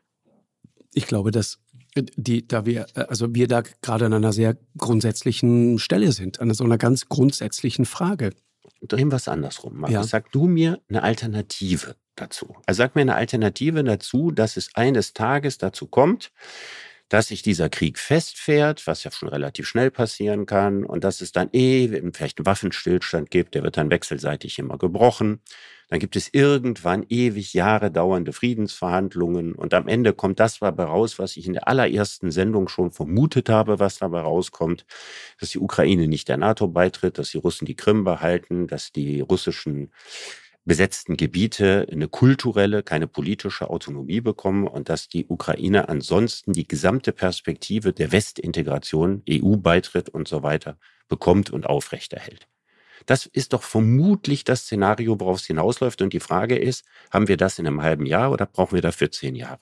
Ich glaube, dass die, da wir, also wir da gerade an einer sehr grundsätzlichen Stelle sind, an so einer ganz grundsätzlichen Frage. Drehen wir es andersrum. Markus, Ja. sag du mir eine Alternative dazu. Also sag mir eine Alternative dazu, dass es eines Tages dazu kommt, dass sich dieser Krieg festfährt, was ja schon relativ schnell passieren kann, und dass es dann eh vielleicht einen Waffenstillstand gibt, der wird dann wechselseitig immer gebrochen. Dann gibt es irgendwann ewig Jahre dauernde Friedensverhandlungen und am Ende kommt das dabei raus, was ich in der allerersten Sendung schon vermutet habe, was dabei rauskommt, dass die Ukraine nicht der NATO beitritt, dass die Russen die Krim behalten, dass die russischen besetzten Gebiete eine kulturelle, keine politische Autonomie bekommen und dass die Ukraine ansonsten die gesamte Perspektive der Westintegration, E U-Beitritt und so weiter bekommt und aufrechterhält. Das ist doch vermutlich das Szenario, worauf es hinausläuft. Und die Frage ist, haben wir das in einem halben Jahr oder brauchen wir dafür zehn Jahre?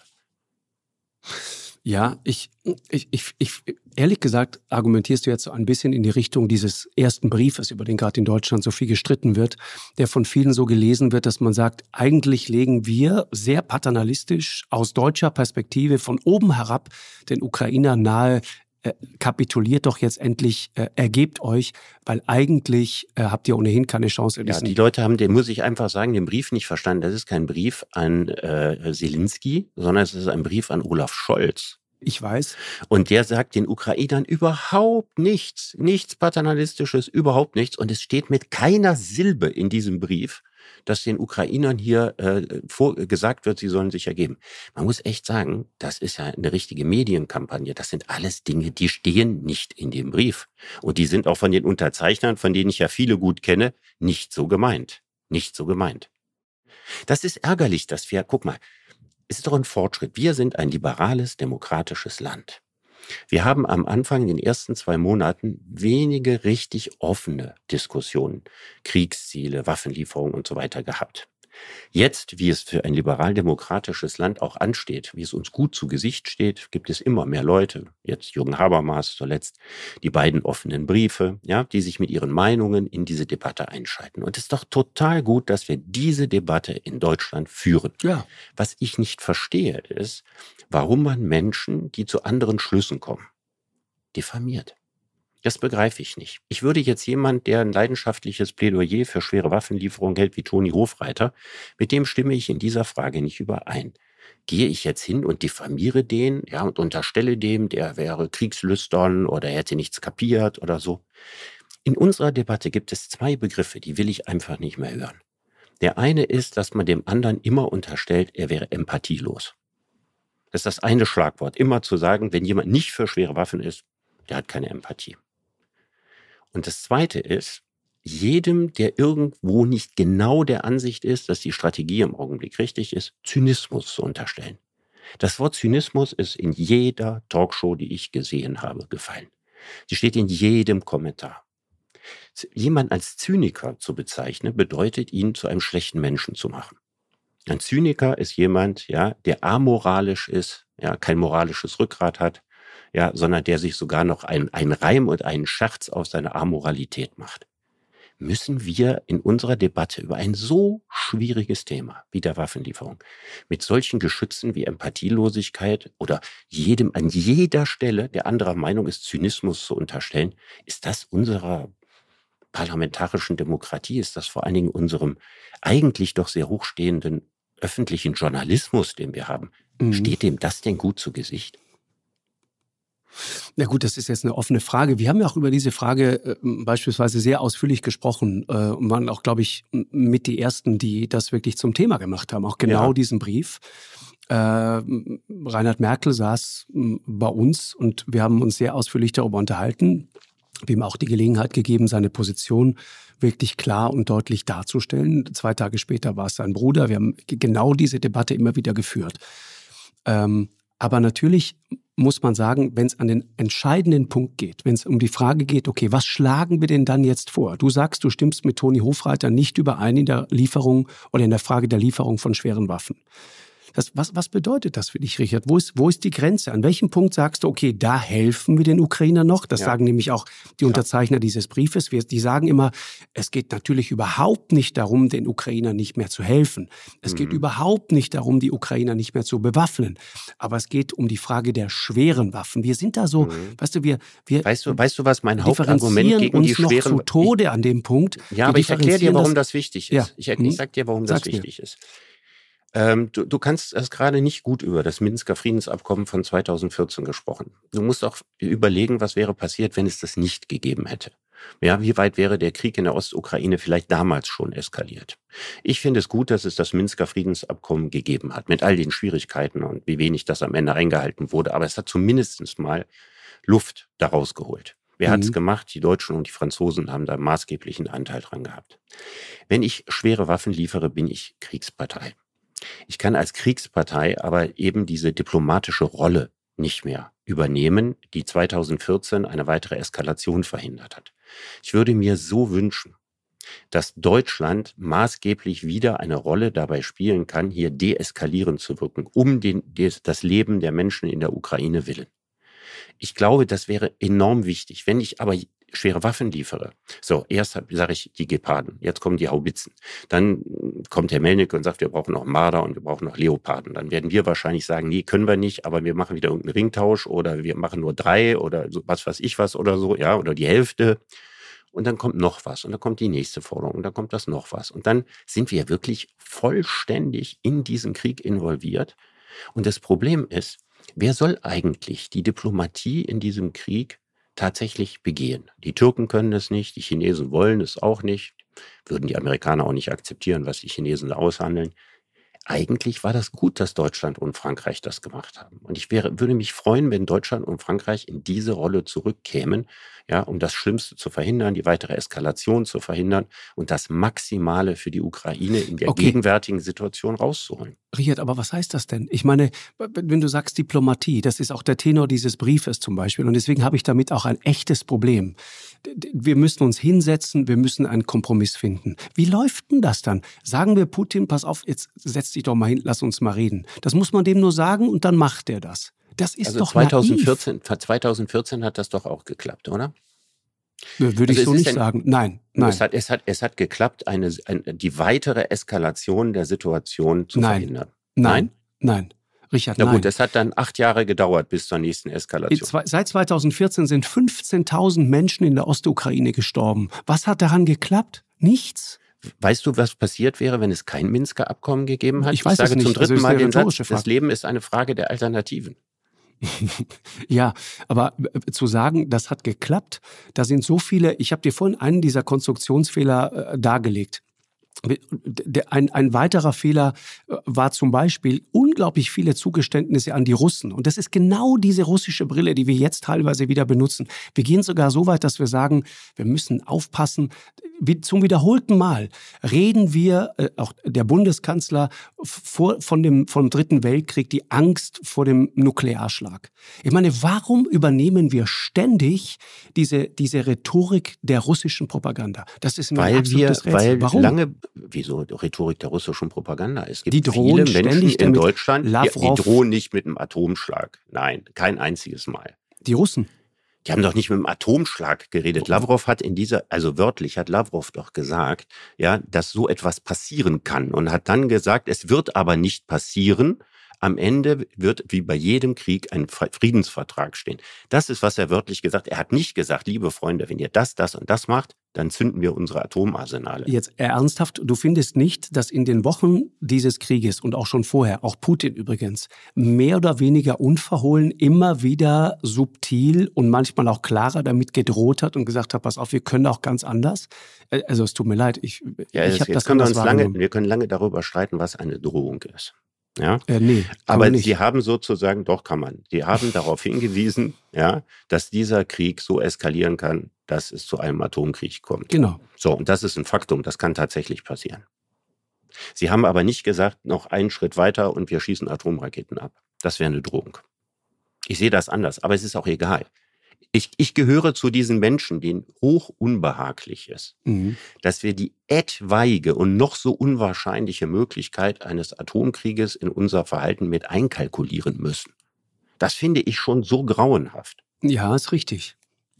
Ja, ich, ich, ich, ich, ehrlich gesagt, argumentierst du jetzt so ein bisschen in die Richtung dieses ersten Briefes, über den gerade in Deutschland so viel gestritten wird, der von vielen so gelesen wird, dass man sagt, eigentlich legen wir sehr paternalistisch aus deutscher Perspektive von oben herab den Ukrainern nahe, äh, kapituliert doch jetzt endlich, äh, ergebt euch, weil eigentlich äh, habt ihr ohnehin keine Chance. Ja, die Leute haben, den muss ich einfach sagen, den Brief nicht verstanden. Das ist kein Brief an äh, Zelensky, sondern es ist ein Brief an Olaf Scholz. Ich weiß. Und der sagt den Ukrainern überhaupt nichts, nichts Paternalistisches, überhaupt nichts. Und es steht mit keiner Silbe in diesem Brief, dass den Ukrainern hier äh, vor, gesagt wird, sie sollen sich ergeben. Man muss echt sagen, das ist ja eine richtige Medienkampagne. Das sind alles Dinge, die stehen nicht in dem Brief. Und die sind auch von den Unterzeichnern, von denen ich ja viele gut kenne, nicht so gemeint. Nicht so gemeint. Das ist ärgerlich, dass wir, guck mal, es ist doch ein Fortschritt. Wir sind ein liberales, demokratisches Land. Wir haben am Anfang in den ersten zwei Monaten wenige richtig offene Diskussionen, Kriegsziele, Waffenlieferungen und so weiter gehabt. Jetzt, wie es für ein liberal-demokratisches Land auch ansteht, wie es uns gut zu Gesicht steht, gibt es immer mehr Leute, jetzt Jürgen Habermas zuletzt, die beiden offenen Briefe, ja, die sich mit ihren Meinungen in diese Debatte einschalten. Und es ist doch total gut, dass wir diese Debatte in Deutschland führen. Ja. Was ich nicht verstehe, ist, warum man Menschen, die zu anderen Schlüssen kommen, diffamiert. Das begreife ich nicht. Ich würde jetzt jemand, der ein leidenschaftliches Plädoyer für schwere Waffenlieferungen hält, wie Toni Hofreiter, mit dem stimme ich in dieser Frage nicht überein. Gehe ich jetzt hin und diffamiere den, ja, und unterstelle dem, der wäre kriegslüstern oder er hätte nichts kapiert oder so. In unserer Debatte gibt es zwei Begriffe, die will ich einfach nicht mehr hören. Der eine ist, dass man dem anderen immer unterstellt, er wäre empathielos. Das ist das eine Schlagwort, immer zu sagen, wenn jemand nicht für schwere Waffen ist, der hat keine Empathie. Und das Zweite ist, jedem, der irgendwo nicht genau der Ansicht ist, dass die Strategie im Augenblick richtig ist, Zynismus zu unterstellen. Das Wort Zynismus ist in jeder Talkshow, die ich gesehen habe, gefallen. Sie steht in jedem Kommentar. Jemand als Zyniker zu bezeichnen, bedeutet, ihn zu einem schlechten Menschen zu machen. Ein Zyniker ist jemand, ja, der amoralisch ist, ja, kein moralisches Rückgrat hat, ja, sondern der sich sogar noch einen, einen Reim und einen Scherz auf seine Amoralität macht. Müssen wir in unserer Debatte über ein so schwieriges Thema wie der Waffenlieferung mit solchen Geschützen wie Empathielosigkeit oder jedem an jeder Stelle, der anderer Meinung ist, Zynismus zu unterstellen, ist das unserer parlamentarischen Demokratie, ist das vor allen Dingen unserem eigentlich doch sehr hochstehenden öffentlichen Journalismus, den wir haben, mhm. steht dem das denn gut zu Gesicht? Na gut, das ist jetzt eine offene Frage. Wir haben ja auch über diese Frage äh, beispielsweise sehr ausführlich gesprochen äh, und waren auch, glaube ich, mit die Ersten, die das wirklich zum Thema gemacht haben. Auch genau ja. diesen Brief. Äh, Reinhard Merkel saß äh, bei uns und wir haben uns sehr ausführlich darüber unterhalten. Wir haben auch die Gelegenheit gegeben, seine Position wirklich klar und deutlich darzustellen. Zwei Tage später war es sein Bruder. Wir haben genau diese Debatte immer wieder geführt. Ähm, aber natürlich muss man sagen, wenn es an den entscheidenden Punkt geht, wenn es um die Frage geht, okay, was schlagen wir denn dann jetzt vor? Du sagst, du stimmst mit Toni Hofreiter nicht überein in der Lieferung oder in der Frage der Lieferung von schweren Waffen. Das, was, was bedeutet das für dich, Richard? Wo ist, wo ist die Grenze? An welchem Punkt sagst du, okay, da helfen wir den Ukrainern noch? Das ja. sagen nämlich auch die ja. Unterzeichner dieses Briefes. Wir, die sagen immer, es geht natürlich überhaupt nicht darum, den Ukrainern nicht mehr zu helfen. Es mhm. geht überhaupt nicht darum, die Ukrainer nicht mehr zu bewaffnen. Aber es geht um die Frage der schweren Waffen. Wir sind da so, mhm. weißt du, wir, wir weißt du, weißt du, was mein Hauptargument gegen uns die schweren noch zu Tode an dem Punkt. Ja, aber ich erkläre dir, warum das wichtig ist. Ja. Ich, ich sag dir, warum das Sag's wichtig mir. ist. Ähm, du, du kannst das gerade nicht gut über das Minsker Friedensabkommen von zweitausendvierzehn gesprochen. Du musst auch überlegen, was wäre passiert, wenn es das nicht gegeben hätte. Ja, wie weit wäre der Krieg in der Ostukraine vielleicht damals schon eskaliert? Ich finde es gut, dass es das Minsker Friedensabkommen gegeben hat, mit all den Schwierigkeiten und wie wenig das am Ende eingehalten wurde. Aber es hat zumindest mal Luft daraus geholt. Wer mhm. hat es gemacht? Die Deutschen und die Franzosen haben da maßgeblichen Anteil dran gehabt. Wenn ich schwere Waffen liefere, bin ich Kriegspartei. Ich kann als Kriegspartei aber eben diese diplomatische Rolle nicht mehr übernehmen, die zweitausendvierzehn eine weitere Eskalation verhindert hat. Ich würde mir so wünschen, dass Deutschland maßgeblich wieder eine Rolle dabei spielen kann, hier deeskalierend zu wirken, um den, das Leben der Menschen in der Ukraine willen. Ich glaube, das wäre enorm wichtig. Wenn ich aber schwere Waffen liefere, so, erst sage ich die Geparden, jetzt kommen die Haubitzen. Dann kommt Herr Melnick und sagt, wir brauchen noch Marder und wir brauchen noch Leoparden. Dann werden wir wahrscheinlich sagen, nee, können wir nicht, aber wir machen wieder irgendeinen Ringtausch oder wir machen nur drei oder so, was weiß ich was oder so, ja, oder die Hälfte. Und dann kommt noch was und dann kommt die nächste Forderung und dann kommt das noch was. Und dann sind wir wirklich vollständig in diesen Krieg involviert. Und das Problem ist, wer soll eigentlich die Diplomatie in diesem Krieg tatsächlich begehen? Die Türken können es nicht, die Chinesen wollen es auch nicht, würden die Amerikaner auch nicht akzeptieren, was die Chinesen aushandeln. Eigentlich war das gut, dass Deutschland und Frankreich das gemacht haben. Und ich wäre, würde mich freuen, wenn Deutschland und Frankreich in diese Rolle zurückkämen, ja, um das Schlimmste zu verhindern, die weitere Eskalation zu verhindern und das Maximale für die Ukraine in der okay. gegenwärtigen Situation rauszuholen. Richard, aber was heißt das denn? Ich meine, wenn du sagst Diplomatie, das ist auch der Tenor dieses Briefes zum Beispiel. Und deswegen habe ich damit auch ein echtes Problem. Wir müssen uns hinsetzen, wir müssen einen Kompromiss finden. Wie läuft denn das dann? Sagen wir Putin, pass auf, jetzt setz dich doch mal hin, lass uns mal reden. Das muss man dem nur sagen und dann macht er das. Das ist also doch zweitausendvierzehn, zweitausendvierzehn hat das doch auch geklappt, oder? Würde also ich so nicht ein, sagen. Nein, nein. Es hat, es hat, es hat geklappt, eine, eine, die weitere Eskalation der Situation zu nein. verhindern. Nein, nein. nein. Richard, Na nein. gut, es hat dann acht Jahre gedauert bis zur nächsten Eskalation. Seit zweitausendvierzehn sind fünfzehntausend Menschen in der Ostukraine gestorben. Was hat daran geklappt? Nichts. Weißt du, was passiert wäre, wenn es kein Minsker Abkommen gegeben hat? Ich weiß ich sage es nicht. zum dritten also Mal den Satz, Frage. das Leben ist eine Frage der Alternativen. Ja, aber zu sagen, das hat geklappt, da sind so viele, ich habe dir vorhin einen dieser Konstruktionsfehler äh, dargelegt. Ein, ein weiterer Fehler war zum Beispiel unglaublich viele Zugeständnisse an die Russen. Und das ist genau diese russische Brille, die wir jetzt teilweise wieder benutzen. Wir gehen sogar so weit, dass wir sagen, wir müssen aufpassen. Zum wiederholten Mal reden wir, auch der Bundeskanzler, vor, von dem, vom Dritten Weltkrieg, die Angst vor dem Nuklearschlag. Ich meine, warum übernehmen wir ständig diese, diese Rhetorik der russischen Propaganda? Das ist mir ein absolutes Rätsel. Weil warum? lange Wieso Rhetorik der russischen Propaganda? Es gibt die drohen viele Menschen in Deutschland, Lavrov, die drohen nicht mit einem Atomschlag. Nein, kein einziges Mal. Die Russen? Die haben doch nicht mit einem Atomschlag geredet. Lavrov hat in dieser, also wörtlich hat Lavrov doch gesagt, ja, dass so etwas passieren kann und hat dann gesagt, es wird aber nicht passieren. Am Ende wird wie bei jedem Krieg ein Friedensvertrag stehen. Das ist, was er wörtlich gesagt hat. Er hat nicht gesagt, liebe Freunde, wenn ihr das, das und das macht, dann zünden wir unsere Atomarsenale. Jetzt ernsthaft, du findest nicht, dass in den Wochen dieses Krieges und auch schon vorher, auch Putin übrigens, mehr oder weniger unverhohlen immer wieder subtil und manchmal auch klarer damit gedroht hat und gesagt hat, pass auf, wir können auch ganz anders? Also es tut mir leid, ich, ja, ich habe das können wir anders uns lange, wir können lange darüber streiten, was eine Drohung ist. Ja, äh, nee, aber nicht. sie haben sozusagen, doch kann man, sie haben darauf hingewiesen, ja, dass dieser Krieg so eskalieren kann, dass es zu einem Atomkrieg kommt. Genau. So, und das ist ein Faktum, das kann tatsächlich passieren. Sie haben aber nicht gesagt, noch einen Schritt weiter und wir schießen Atomraketen ab. Das wäre eine Drohung. Ich sehe das anders, aber es ist auch egal. Ich, ich gehöre zu diesen Menschen, denen hoch unbehaglich ist, mhm. dass wir die etwaige und noch so unwahrscheinliche Möglichkeit eines Atomkrieges in unser Verhalten mit einkalkulieren müssen. Das finde ich schon so grauenhaft. Ja, ist richtig.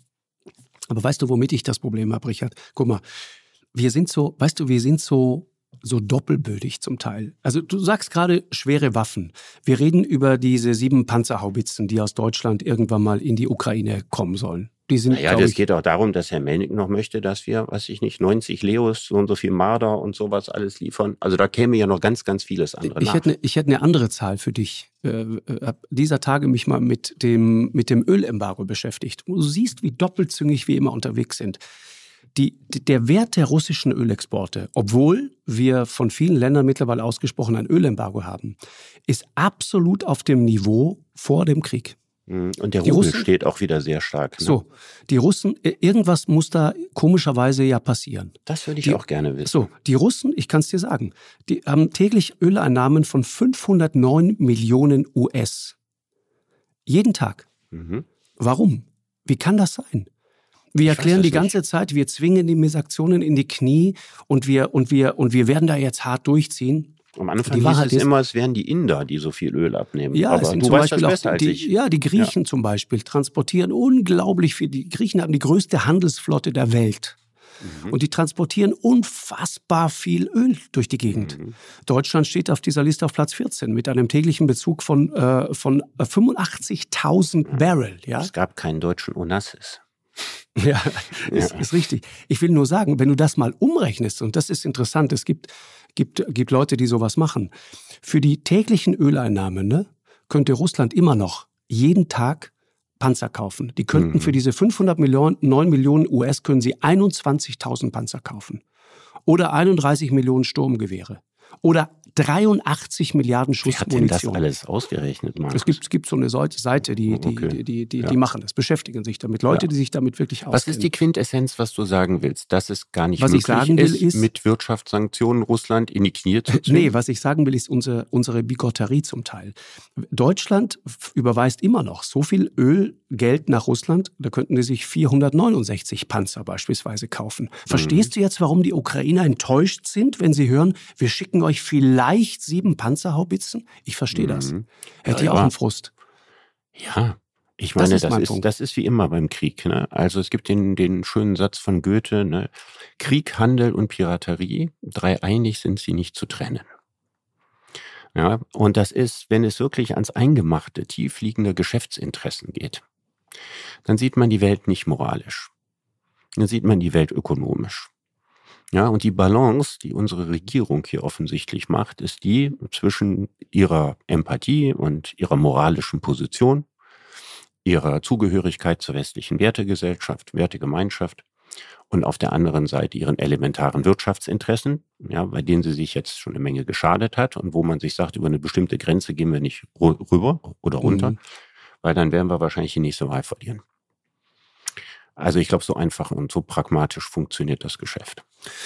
Aber weißt du, womit ich das Problem habe, Richard? Guck mal, wir sind so, weißt du, wir sind so so doppelbödig zum Teil. Also du sagst gerade schwere Waffen. Wir reden über diese sieben Panzerhaubitzen, die aus Deutschland irgendwann mal in die Ukraine kommen sollen. Die sind, Naja, glaub das ich, geht auch darum, dass Herr Melnick noch möchte, dass wir, weiß ich nicht, neunzig Leos, so und so viel Marder und sowas alles liefern. Also da käme ja noch ganz, ganz vieles andere Ich nach. hätte, ne, ich hätte eine andere Zahl für dich. Ich äh, habe dieser Tage mich mal mit dem, mit dem Ölembargo beschäftigt. Du siehst, wie doppelzüngig wir immer unterwegs sind. Die, die, der Wert der russischen Ölexporte, obwohl wir von vielen Ländern mittlerweile ausgesprochen ein Ölembargo haben, ist absolut auf dem Niveau vor dem Krieg. Und der Die Rubel Russen- steht auch wieder sehr stark. Ne? So, die Russen, irgendwas muss da komischerweise ja passieren. Das würde ich Die- auch gerne wissen. So, die Russen, ich kann es dir sagen, die haben täglich Öleinnahmen von fünfhundertneun Millionen U S. Jeden Tag. Mhm. Warum? Wie kann das sein? Wir Ich weiß erklären es die ganze Zeit, wir zwingen die Sanktionen in die Knie und wir, und wir, und wir werden da jetzt hart durchziehen. Am Anfang Die hieß Wahrheit es ist- immer, es wären die Inder, die so viel Öl abnehmen. Ja, Aber es sind du zum weißt Beispiel das auch besser als die, ich. ja, die Griechen zum Beispiel transportieren unglaublich viel. Die Griechen haben die größte Handelsflotte der Welt. Mhm. Und die transportieren unfassbar viel Öl durch die Gegend. Mhm. Deutschland steht auf dieser Liste auf Platz vierzehn mit einem täglichen Bezug von, äh, von fünfundachtzigtausend Barrel. Ja? Es gab keinen deutschen Onassis. Ja, ist, ist richtig. Ich will nur sagen, wenn du das mal umrechnest, und das ist interessant, es gibt, gibt, gibt Leute, die sowas machen. Für die täglichen Öleinnahmen, ne, könnte Russland immer noch jeden Tag Panzer kaufen. Die könnten Mhm. für diese fünfhundert Millionen, neun Millionen U S können sie einundzwanzigtausend Panzer kaufen. Oder einunddreißig Millionen Sturmgewehre. Oder dreiundachtzig Milliarden Schuss Wer hat denn das Munition. alles ausgerechnet, Markus? Es gibt, es gibt so eine Seite, die, die, Okay. die, die, die, Ja. die machen das, beschäftigen sich damit. Leute, Ja. die sich damit wirklich auskennen. Was ist die Quintessenz, was du sagen willst? Dass es gar nicht Was ich möglich sagen will, ist, ist- mit Wirtschaftssanktionen Russland in die Knie zu zwingen? Nee, was ich sagen will, ist unsere, unsere Bigotterie zum Teil. Deutschland f- überweist immer noch so viel Ölgeld nach Russland, da könnten die sich vierhundertneunundsechzig Panzer beispielsweise kaufen. Verstehst du jetzt, warum die Ukrainer enttäuscht sind, wenn sie hören, wir schicken euch vielleicht sieben Panzerhaubitzen? Ich verstehe das. Mhm. Hätte Ja, ja auch aber- einen Frust. Ja, ich Das meine, ist das mein ist, Punkt. das ist wie immer beim Krieg. Ne? Also es gibt den, den schönen Satz von Goethe, ne? Krieg, Handel und Piraterie, drei einig sind sie nicht zu trennen. Ja, und das ist, wenn es wirklich ans eingemachte, tiefliegende Geschäftsinteressen geht, dann sieht man die Welt nicht moralisch. Dann sieht man die Welt ökonomisch. Ja, und die Balance, die unsere Regierung hier offensichtlich macht, ist die zwischen ihrer Empathie und ihrer moralischen Position, ihrer Zugehörigkeit zur westlichen Wertegesellschaft, Wertegemeinschaft und auf der anderen Seite ihren elementaren Wirtschaftsinteressen, ja, bei denen sie sich jetzt schon eine Menge geschadet hat und wo man sich sagt, über eine bestimmte Grenze gehen wir nicht ru- rüber oder runter, Mhm. weil dann werden wir wahrscheinlich die nächste Wahl verlieren. Also ich glaube, so einfach und so pragmatisch funktioniert das Geschäft.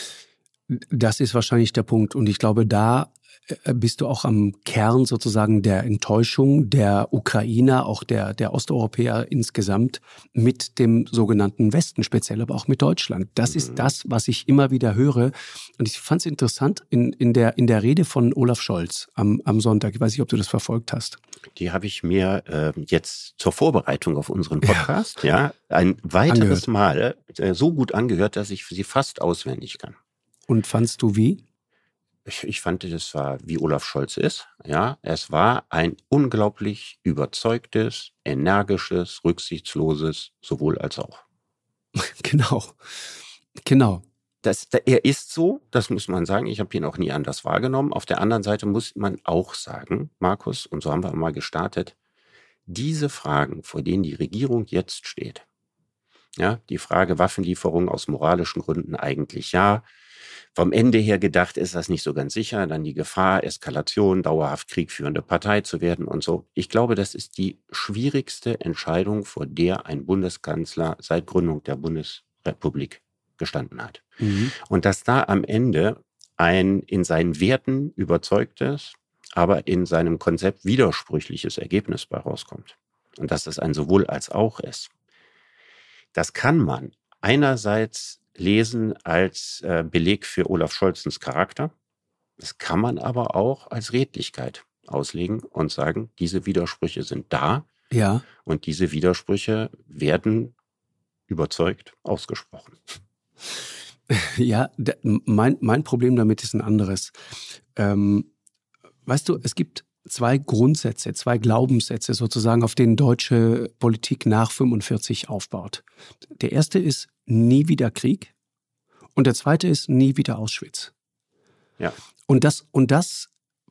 Das ist wahrscheinlich der Punkt. Und ich glaube, da äh, bist du auch am Kern sozusagen der Enttäuschung der Ukrainer, auch der, der Osteuropäer insgesamt mit dem sogenannten Westen, speziell aber auch mit Deutschland. Das Mhm. ist das, was ich immer wieder höre. Und ich fand es interessant in, in, der, in der Rede von Olaf Scholz am, am Sonntag. Ich weiß nicht, ob du das verfolgt hast. Die habe ich mir äh, jetzt zur Vorbereitung auf unseren Podcast ja, ein weiteres Angehört. Mal äh, so gut angehört, dass ich sie fast auswendig kann. Und fandst du wie? Ich, ich fand, das war, wie Olaf Scholz ist. Ja, es war ein unglaublich überzeugtes, energisches, rücksichtsloses, sowohl als auch. Genau. Genau. Das, da- er ist so, das muss man sagen. Ich habe ihn auch nie anders wahrgenommen. Auf der anderen Seite muss man auch sagen, Markus, und so haben wir mal gestartet, diese Fragen, vor denen die Regierung jetzt steht, ja, die Frage Waffenlieferung aus moralischen Gründen eigentlich ja, vom Ende her gedacht ist das nicht so ganz sicher, dann die Gefahr, Eskalation, dauerhaft kriegführende Partei zu werden und so. Ich glaube, das ist die schwierigste Entscheidung, vor der ein Bundeskanzler seit Gründung der Bundesrepublik gestanden hat. Mhm. Und dass da am Ende ein in seinen Werten überzeugtes, aber in seinem Konzept widersprüchliches Ergebnis bei rauskommt. Und dass das ein sowohl als auch ist. Das kann man einerseits lesen als äh, Beleg für Olaf Scholzens Charakter. Das kann man aber auch als Redlichkeit auslegen und sagen, diese Widersprüche sind da Ja. und diese Widersprüche werden überzeugt ausgesprochen. Ja, d- mein, mein Problem damit ist ein anderes. Ähm, weißt du, es gibt, zwei Grundsätze, zwei Glaubenssätze sozusagen, auf denen deutsche Politik nach fünfundvierzig aufbaut. Der erste ist nie wieder Krieg und der zweite ist nie wieder Auschwitz. Ja. Und das, und das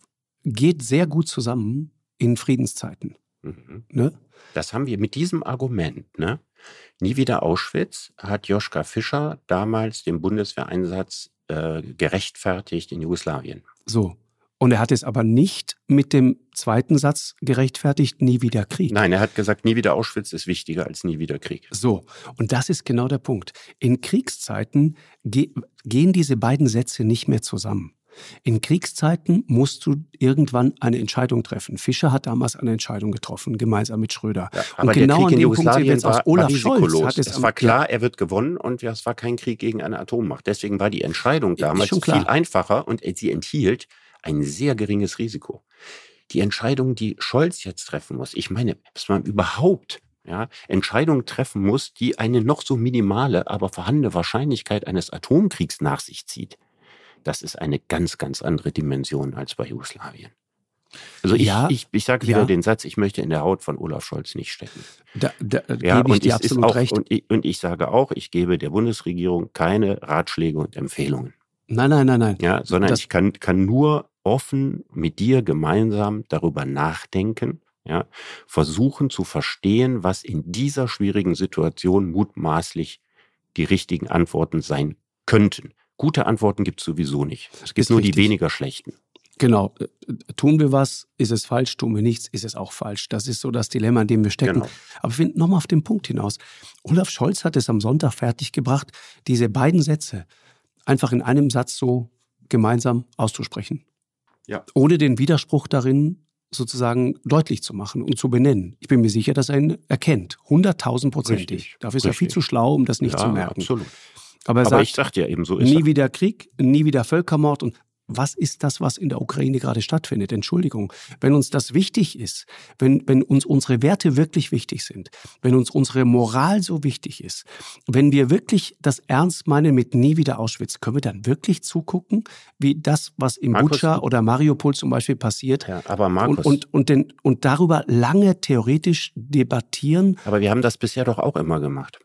geht sehr gut zusammen in Friedenszeiten. Mhm. Ne? Das haben wir mit diesem Argument, ne? Nie wieder Auschwitz, hat Joschka Fischer damals den Bundeswehreinsatz äh, gerechtfertigt in Jugoslawien. So. Und er hat es aber nicht mit dem zweiten Satz gerechtfertigt, nie wieder Krieg. Nein, er hat gesagt, nie wieder Auschwitz ist wichtiger als nie wieder Krieg. So, und das ist genau der Punkt. In Kriegszeiten ge- gehen diese beiden Sätze nicht mehr zusammen. In Kriegszeiten musst du irgendwann eine Entscheidung treffen. Fischer hat damals eine Entscheidung getroffen, gemeinsam mit Schröder. Ja, aber und genau der Krieg an in dem Punkt sehen wir Jugoslawien jetzt aus. war, Olaf war Scholz risikolos. hat es, es am- war klar, er wird gewonnen und es war kein Krieg gegen eine Atommacht. Deswegen war die Entscheidung Ist damals schon klar. viel einfacher und sie enthielt ein sehr geringes Risiko. Die Entscheidung, die Scholz jetzt treffen muss, ich meine, dass man überhaupt ja, Entscheidungen treffen muss, die eine noch so minimale, aber vorhandene Wahrscheinlichkeit eines Atomkriegs nach sich zieht, das ist eine ganz, ganz andere Dimension als bei Jugoslawien. Also ich, Ja, ich, ich sage wieder ja. den Satz, ich möchte in der Haut von Olaf Scholz nicht stecken. Da, da Ja, gebe ich und dir es ist absolut auch, recht. Und ich, und ich sage auch, ich gebe der Bundesregierung keine Ratschläge und Empfehlungen. Nein, nein, nein, nein. Ja, sondern Das- ich kann, kann nur offen mit dir gemeinsam darüber nachdenken, ja, versuchen zu verstehen, was in dieser schwierigen Situation mutmaßlich die richtigen Antworten sein könnten. Gute Antworten gibt es sowieso nicht. Es gibt Ist nur richtig. die weniger schlechten. Genau. Tun wir was, ist es falsch, tun wir nichts, ist es auch falsch. Das ist so das Dilemma, in dem wir stecken. Genau. Aber wir nochmal auf den Punkt hinaus. Olaf Scholz hat es am Sonntag fertiggebracht, diese beiden Sätze einfach in einem Satz so gemeinsam auszusprechen. Ja. Ohne den Widerspruch darin sozusagen deutlich zu machen und zu benennen. Ich bin mir sicher, dass er ihn erkennt. Hunderttausendprozentig. Richtig, Dafür ist er viel richtig. zu schlau, um das nicht Ja, zu merken. absolut. Aber er Aber sagt, ich sagte ja eben, so ist nie er. wieder Krieg, nie wieder Völkermord. Und was ist das, was in der Ukraine gerade stattfindet? Entschuldigung. Wenn uns das wichtig ist, wenn, wenn uns unsere Werte wirklich wichtig sind, wenn uns unsere Moral so wichtig ist, wenn wir wirklich das ernst meinen mit nie wieder Auschwitz, können wir dann wirklich zugucken, wie das, was in Markus, Butscha du- oder Mariupol zum Beispiel passiert, Ja, aber Markus, und, und, und, den, und darüber lange theoretisch debattieren? aber wir haben das bisher doch auch immer gemacht.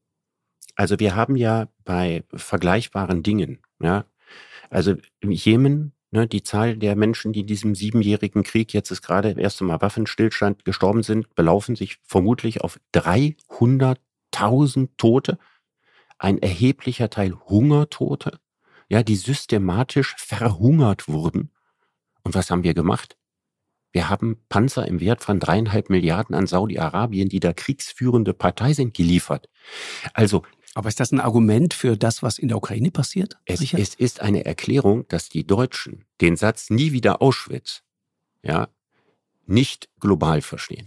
Also wir haben ja bei vergleichbaren Dingen, ja, also im Jemen, ne, die Zahl der Menschen, die in diesem siebenjährigen Krieg, jetzt ist gerade das erste Mal Waffenstillstand, gestorben sind, belaufen sich vermutlich auf dreihunderttausend Tote, ein erheblicher Teil Hungertote, ja, die systematisch verhungert wurden. Und was haben wir gemacht? Wir haben Panzer im Wert von dreieinhalb Milliarden an Saudi-Arabien, die da kriegsführende Partei sind, geliefert. Also Aber ist das ein Argument für das, was in der Ukraine passiert? es, Richard? es ist eine Erklärung, dass die Deutschen den Satz nie wieder Auschwitz, ja, nicht global verstehen.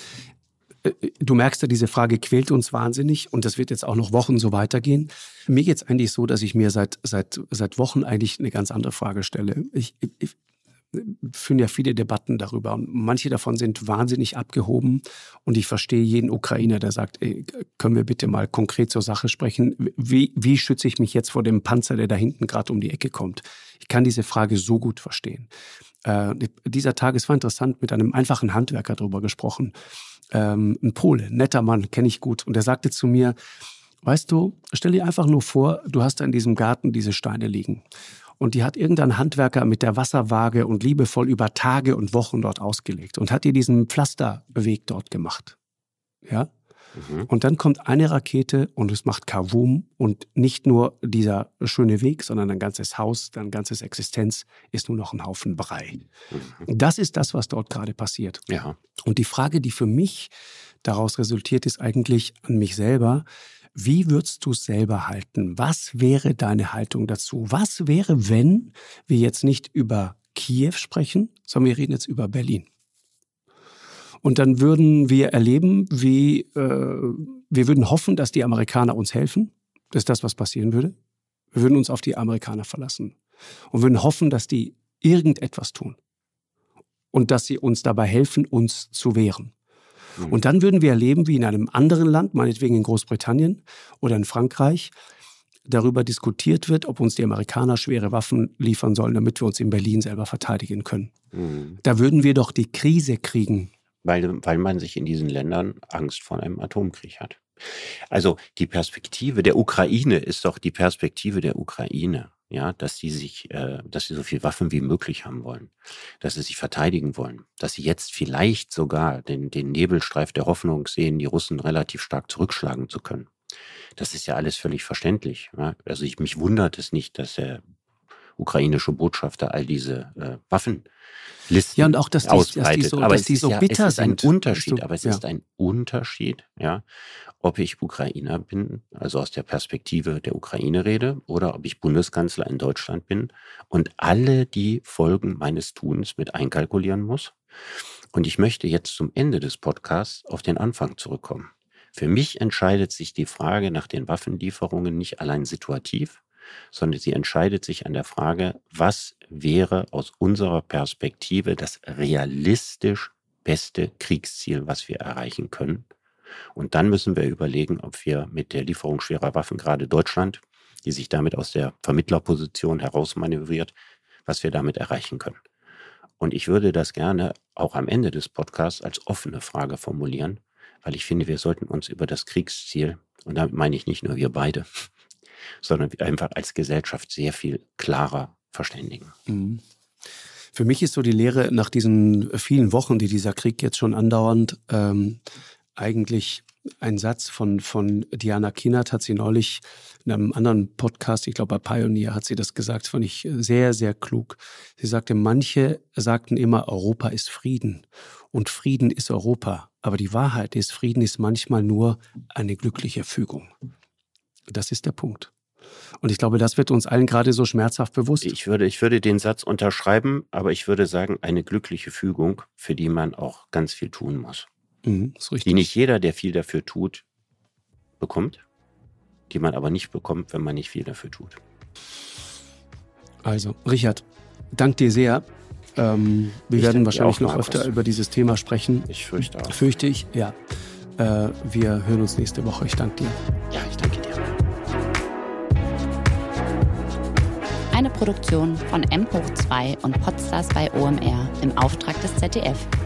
Du merkst ja, diese Frage quält uns wahnsinnig und das wird jetzt auch noch Wochen so weitergehen. Mir geht es eigentlich so, dass ich mir seit, seit, seit Wochen eigentlich eine ganz andere Frage stelle. Ich, ich, führen ja viele Debatten darüber und manche davon sind wahnsinnig abgehoben und ich verstehe jeden Ukrainer, der sagt, ey, können wir bitte mal konkret zur Sache sprechen, wie, wie schütze ich mich jetzt vor dem Panzer, der da hinten gerade um die Ecke kommt? Ich kann diese Frage so gut verstehen. Äh, dieser Tag, es war interessant, mit einem einfachen Handwerker darüber gesprochen, ähm, ein Pole, netter Mann, kenne ich gut und der sagte zu mir, weißt du, stell dir einfach nur vor, du hast da in diesem Garten diese Steine liegen. Und die hat irgendein Handwerker mit der Wasserwaage und liebevoll über Tage und Wochen dort ausgelegt und hat dir diesen Pflasterweg dort gemacht. Ja? Mhm. Und dann kommt eine Rakete und es macht Kavum und nicht nur dieser schöne Weg, sondern ein ganzes Haus, dein ganzes Existenz ist nur noch ein Haufen Brei. Mhm. Das ist das, was dort gerade passiert. Ja. Und die Frage, die für mich daraus resultiert, ist eigentlich an mich selber. Wie würdest du es selber halten? Was wäre deine Haltung dazu? Was wäre, wenn wir jetzt nicht über Kiew sprechen, sondern wir reden jetzt über Berlin? Und dann würden wir erleben, wie äh, wir würden hoffen, dass die Amerikaner uns helfen. Das ist das, was passieren würde. Wir würden uns auf die Amerikaner verlassen und würden hoffen, dass die irgendetwas tun und dass sie uns dabei helfen, uns zu wehren. Und dann würden wir erleben, wie in einem anderen Land, meinetwegen in Großbritannien oder in Frankreich, darüber diskutiert wird, ob uns die Amerikaner schwere Waffen liefern sollen, damit wir uns in Berlin selber verteidigen können. Mhm. Da würden wir doch die Krise kriegen. Weil, weil man sich in diesen Ländern Angst vor einem Atomkrieg hat. Also die Perspektive der Ukraine ist doch die Perspektive der Ukraine, ja, dass sie sich, äh, dass sie so viel Waffen wie möglich haben wollen, dass sie sich verteidigen wollen, dass sie jetzt vielleicht sogar den, den Nebelstreif der Hoffnung sehen, die Russen relativ stark zurückschlagen zu können. Das ist ja alles völlig verständlich. Ja? Also ich, mich wundert es nicht, dass der ukrainische Botschafter all diese äh, Waffen Listen ja, und auch, dass die, ausbreitet. dass die so, aber dass die so ja, bitter es ist ein sind. Unterschied, du, aber es ja. ist ein Unterschied, ja, ob ich Ukrainer bin, also aus der Perspektive der Ukraine rede, oder ob ich Bundeskanzler in Deutschland bin und alle die Folgen meines Tuns mit einkalkulieren muss. Und ich möchte jetzt zum Ende des Podcasts auf den Anfang zurückkommen. Für mich entscheidet sich die Frage nach den Waffenlieferungen nicht allein situativ, sondern sie entscheidet sich an der Frage, was wäre aus unserer Perspektive das realistisch beste Kriegsziel, was wir erreichen können. Und dann müssen wir überlegen, ob wir mit der Lieferung schwerer Waffen, gerade Deutschland, die sich damit aus der Vermittlerposition herausmanövriert, was wir damit erreichen können. Und ich würde das gerne auch am Ende des Podcasts als offene Frage formulieren, weil ich finde, wir sollten uns über das Kriegsziel, und damit meine ich nicht nur wir beide, sondern einfach als Gesellschaft sehr viel klarer verständigen. Mhm. Für mich ist so die Lehre nach diesen vielen Wochen, die dieser Krieg jetzt schon andauernd, ähm, eigentlich ein Satz von, von Diana Kienert, hat sie neulich in einem anderen Podcast, ich glaube bei Pioneer hat sie das gesagt, das fand ich sehr, sehr klug. Sie sagte, manche sagten immer, Europa ist Frieden und Frieden ist Europa. Aber die Wahrheit ist, Frieden ist manchmal nur eine glückliche Fügung. Das ist der Punkt. Und ich glaube, das wird uns allen gerade so schmerzhaft bewusst. Ich würde, ich würde den Satz unterschreiben, aber ich würde sagen, eine glückliche Fügung, für die man auch ganz viel tun muss. Mhm, ist richtig. Die nicht jeder, der viel dafür tut, bekommt, die man aber nicht bekommt, wenn man nicht viel dafür tut. Also, Richard, danke dir sehr. Ähm, wir ich werden wahrscheinlich noch Markus. öfter über dieses Thema sprechen. Ich fürchte auch. Fürchte ich, ja. Äh, wir hören uns nächste Woche. Ich danke dir. Ja, ich danke dir. Eine Produktion von M hoch zwei und Podstars bei O M R im Auftrag des Z D F.